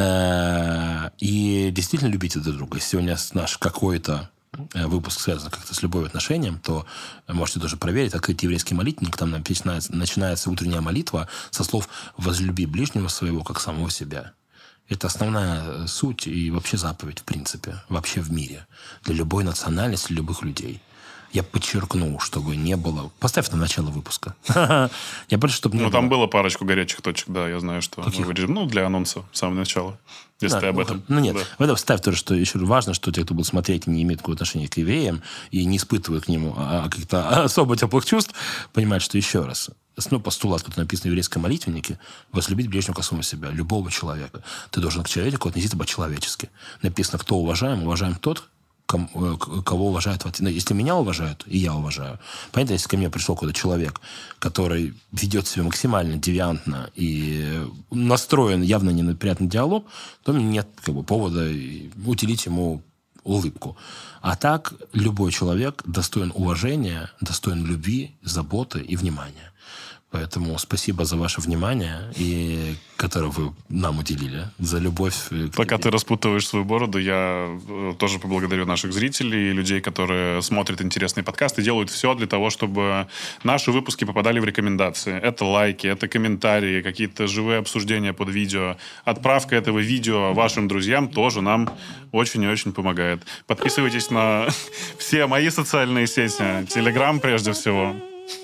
И действительно любите друг друга. Если сегодня наш какой-то выпуск связан как-то с любовью, отношением, то можете тоже проверить. Открыть еврейский молитвенник. Там начинается, начинается утренняя молитва со слов «возлюби ближнего своего, как самого себя». Это основная суть и вообще заповедь, в принципе, вообще в мире. Для любой национальности, для любых людей. Я подчеркну, чтобы не было... Поставь на начало выпуска. Я больше, чтобы не Ну, было. там было парочку горячих точек, да, я знаю, что Каких? мы вырежем. Ну, для анонса, с самого начала. Если Да, ты об ну, этом. Ну, нет. Да. В этом вставь тоже, что еще важно, что те, кто будут смотреть, не имеют такого отношения к евреям и не испытывают к нему а, каких-то особо теплых чувств, понимают, что еще раз, ну, постулат, который написан в еврейском молитвеннике, возлюбить ближнего, как самого себя, любого человека. Ты должен к человеку относиться по-человечески. Написано, кто уважаем, уважаем тот, кого уважают. Ну, если меня уважают, и я уважаю. Понятно, если ко мне пришел какой-то человек, который ведет себя максимально девиантно и настроен явно не на приятный диалог, то у меня нет как бы, повода уделить ему улыбку. А так любой человек достоин уважения, достоин любви, заботы и внимания. Поэтому спасибо за ваше внимание, и, которое вы нам уделили, за любовь. Пока ты распутываешь свою бороду, я тоже поблагодарю наших зрителей, людей, которые смотрят интересные подкасты, делают все для того, чтобы наши выпуски попадали в рекомендации. Это лайки, это комментарии, какие-то живые обсуждения под видео. Отправка этого видео вашим друзьям тоже нам очень и очень помогает. Подписывайтесь на все мои социальные сети. Телеграм прежде всего.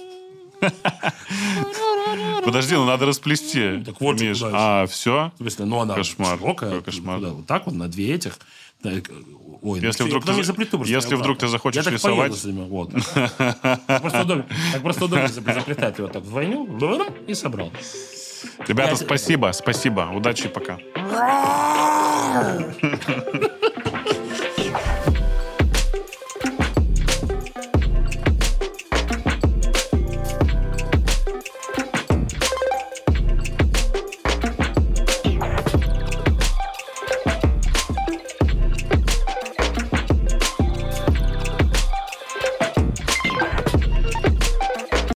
Подожди, ну надо расплести. Так вот, Миш. А, все? В смысле, ну она кошмар. широкая. Кошмар. Куда? Вот так вот, на две этих. Ой, если ну, вдруг, ты, заплету, если вдруг ты захочешь я рисовать... Вот. Так просто удобнее, так просто удобнее заплетать его так вдвойне и собрал. Ребята, спасибо, спасибо. Удачи, пока.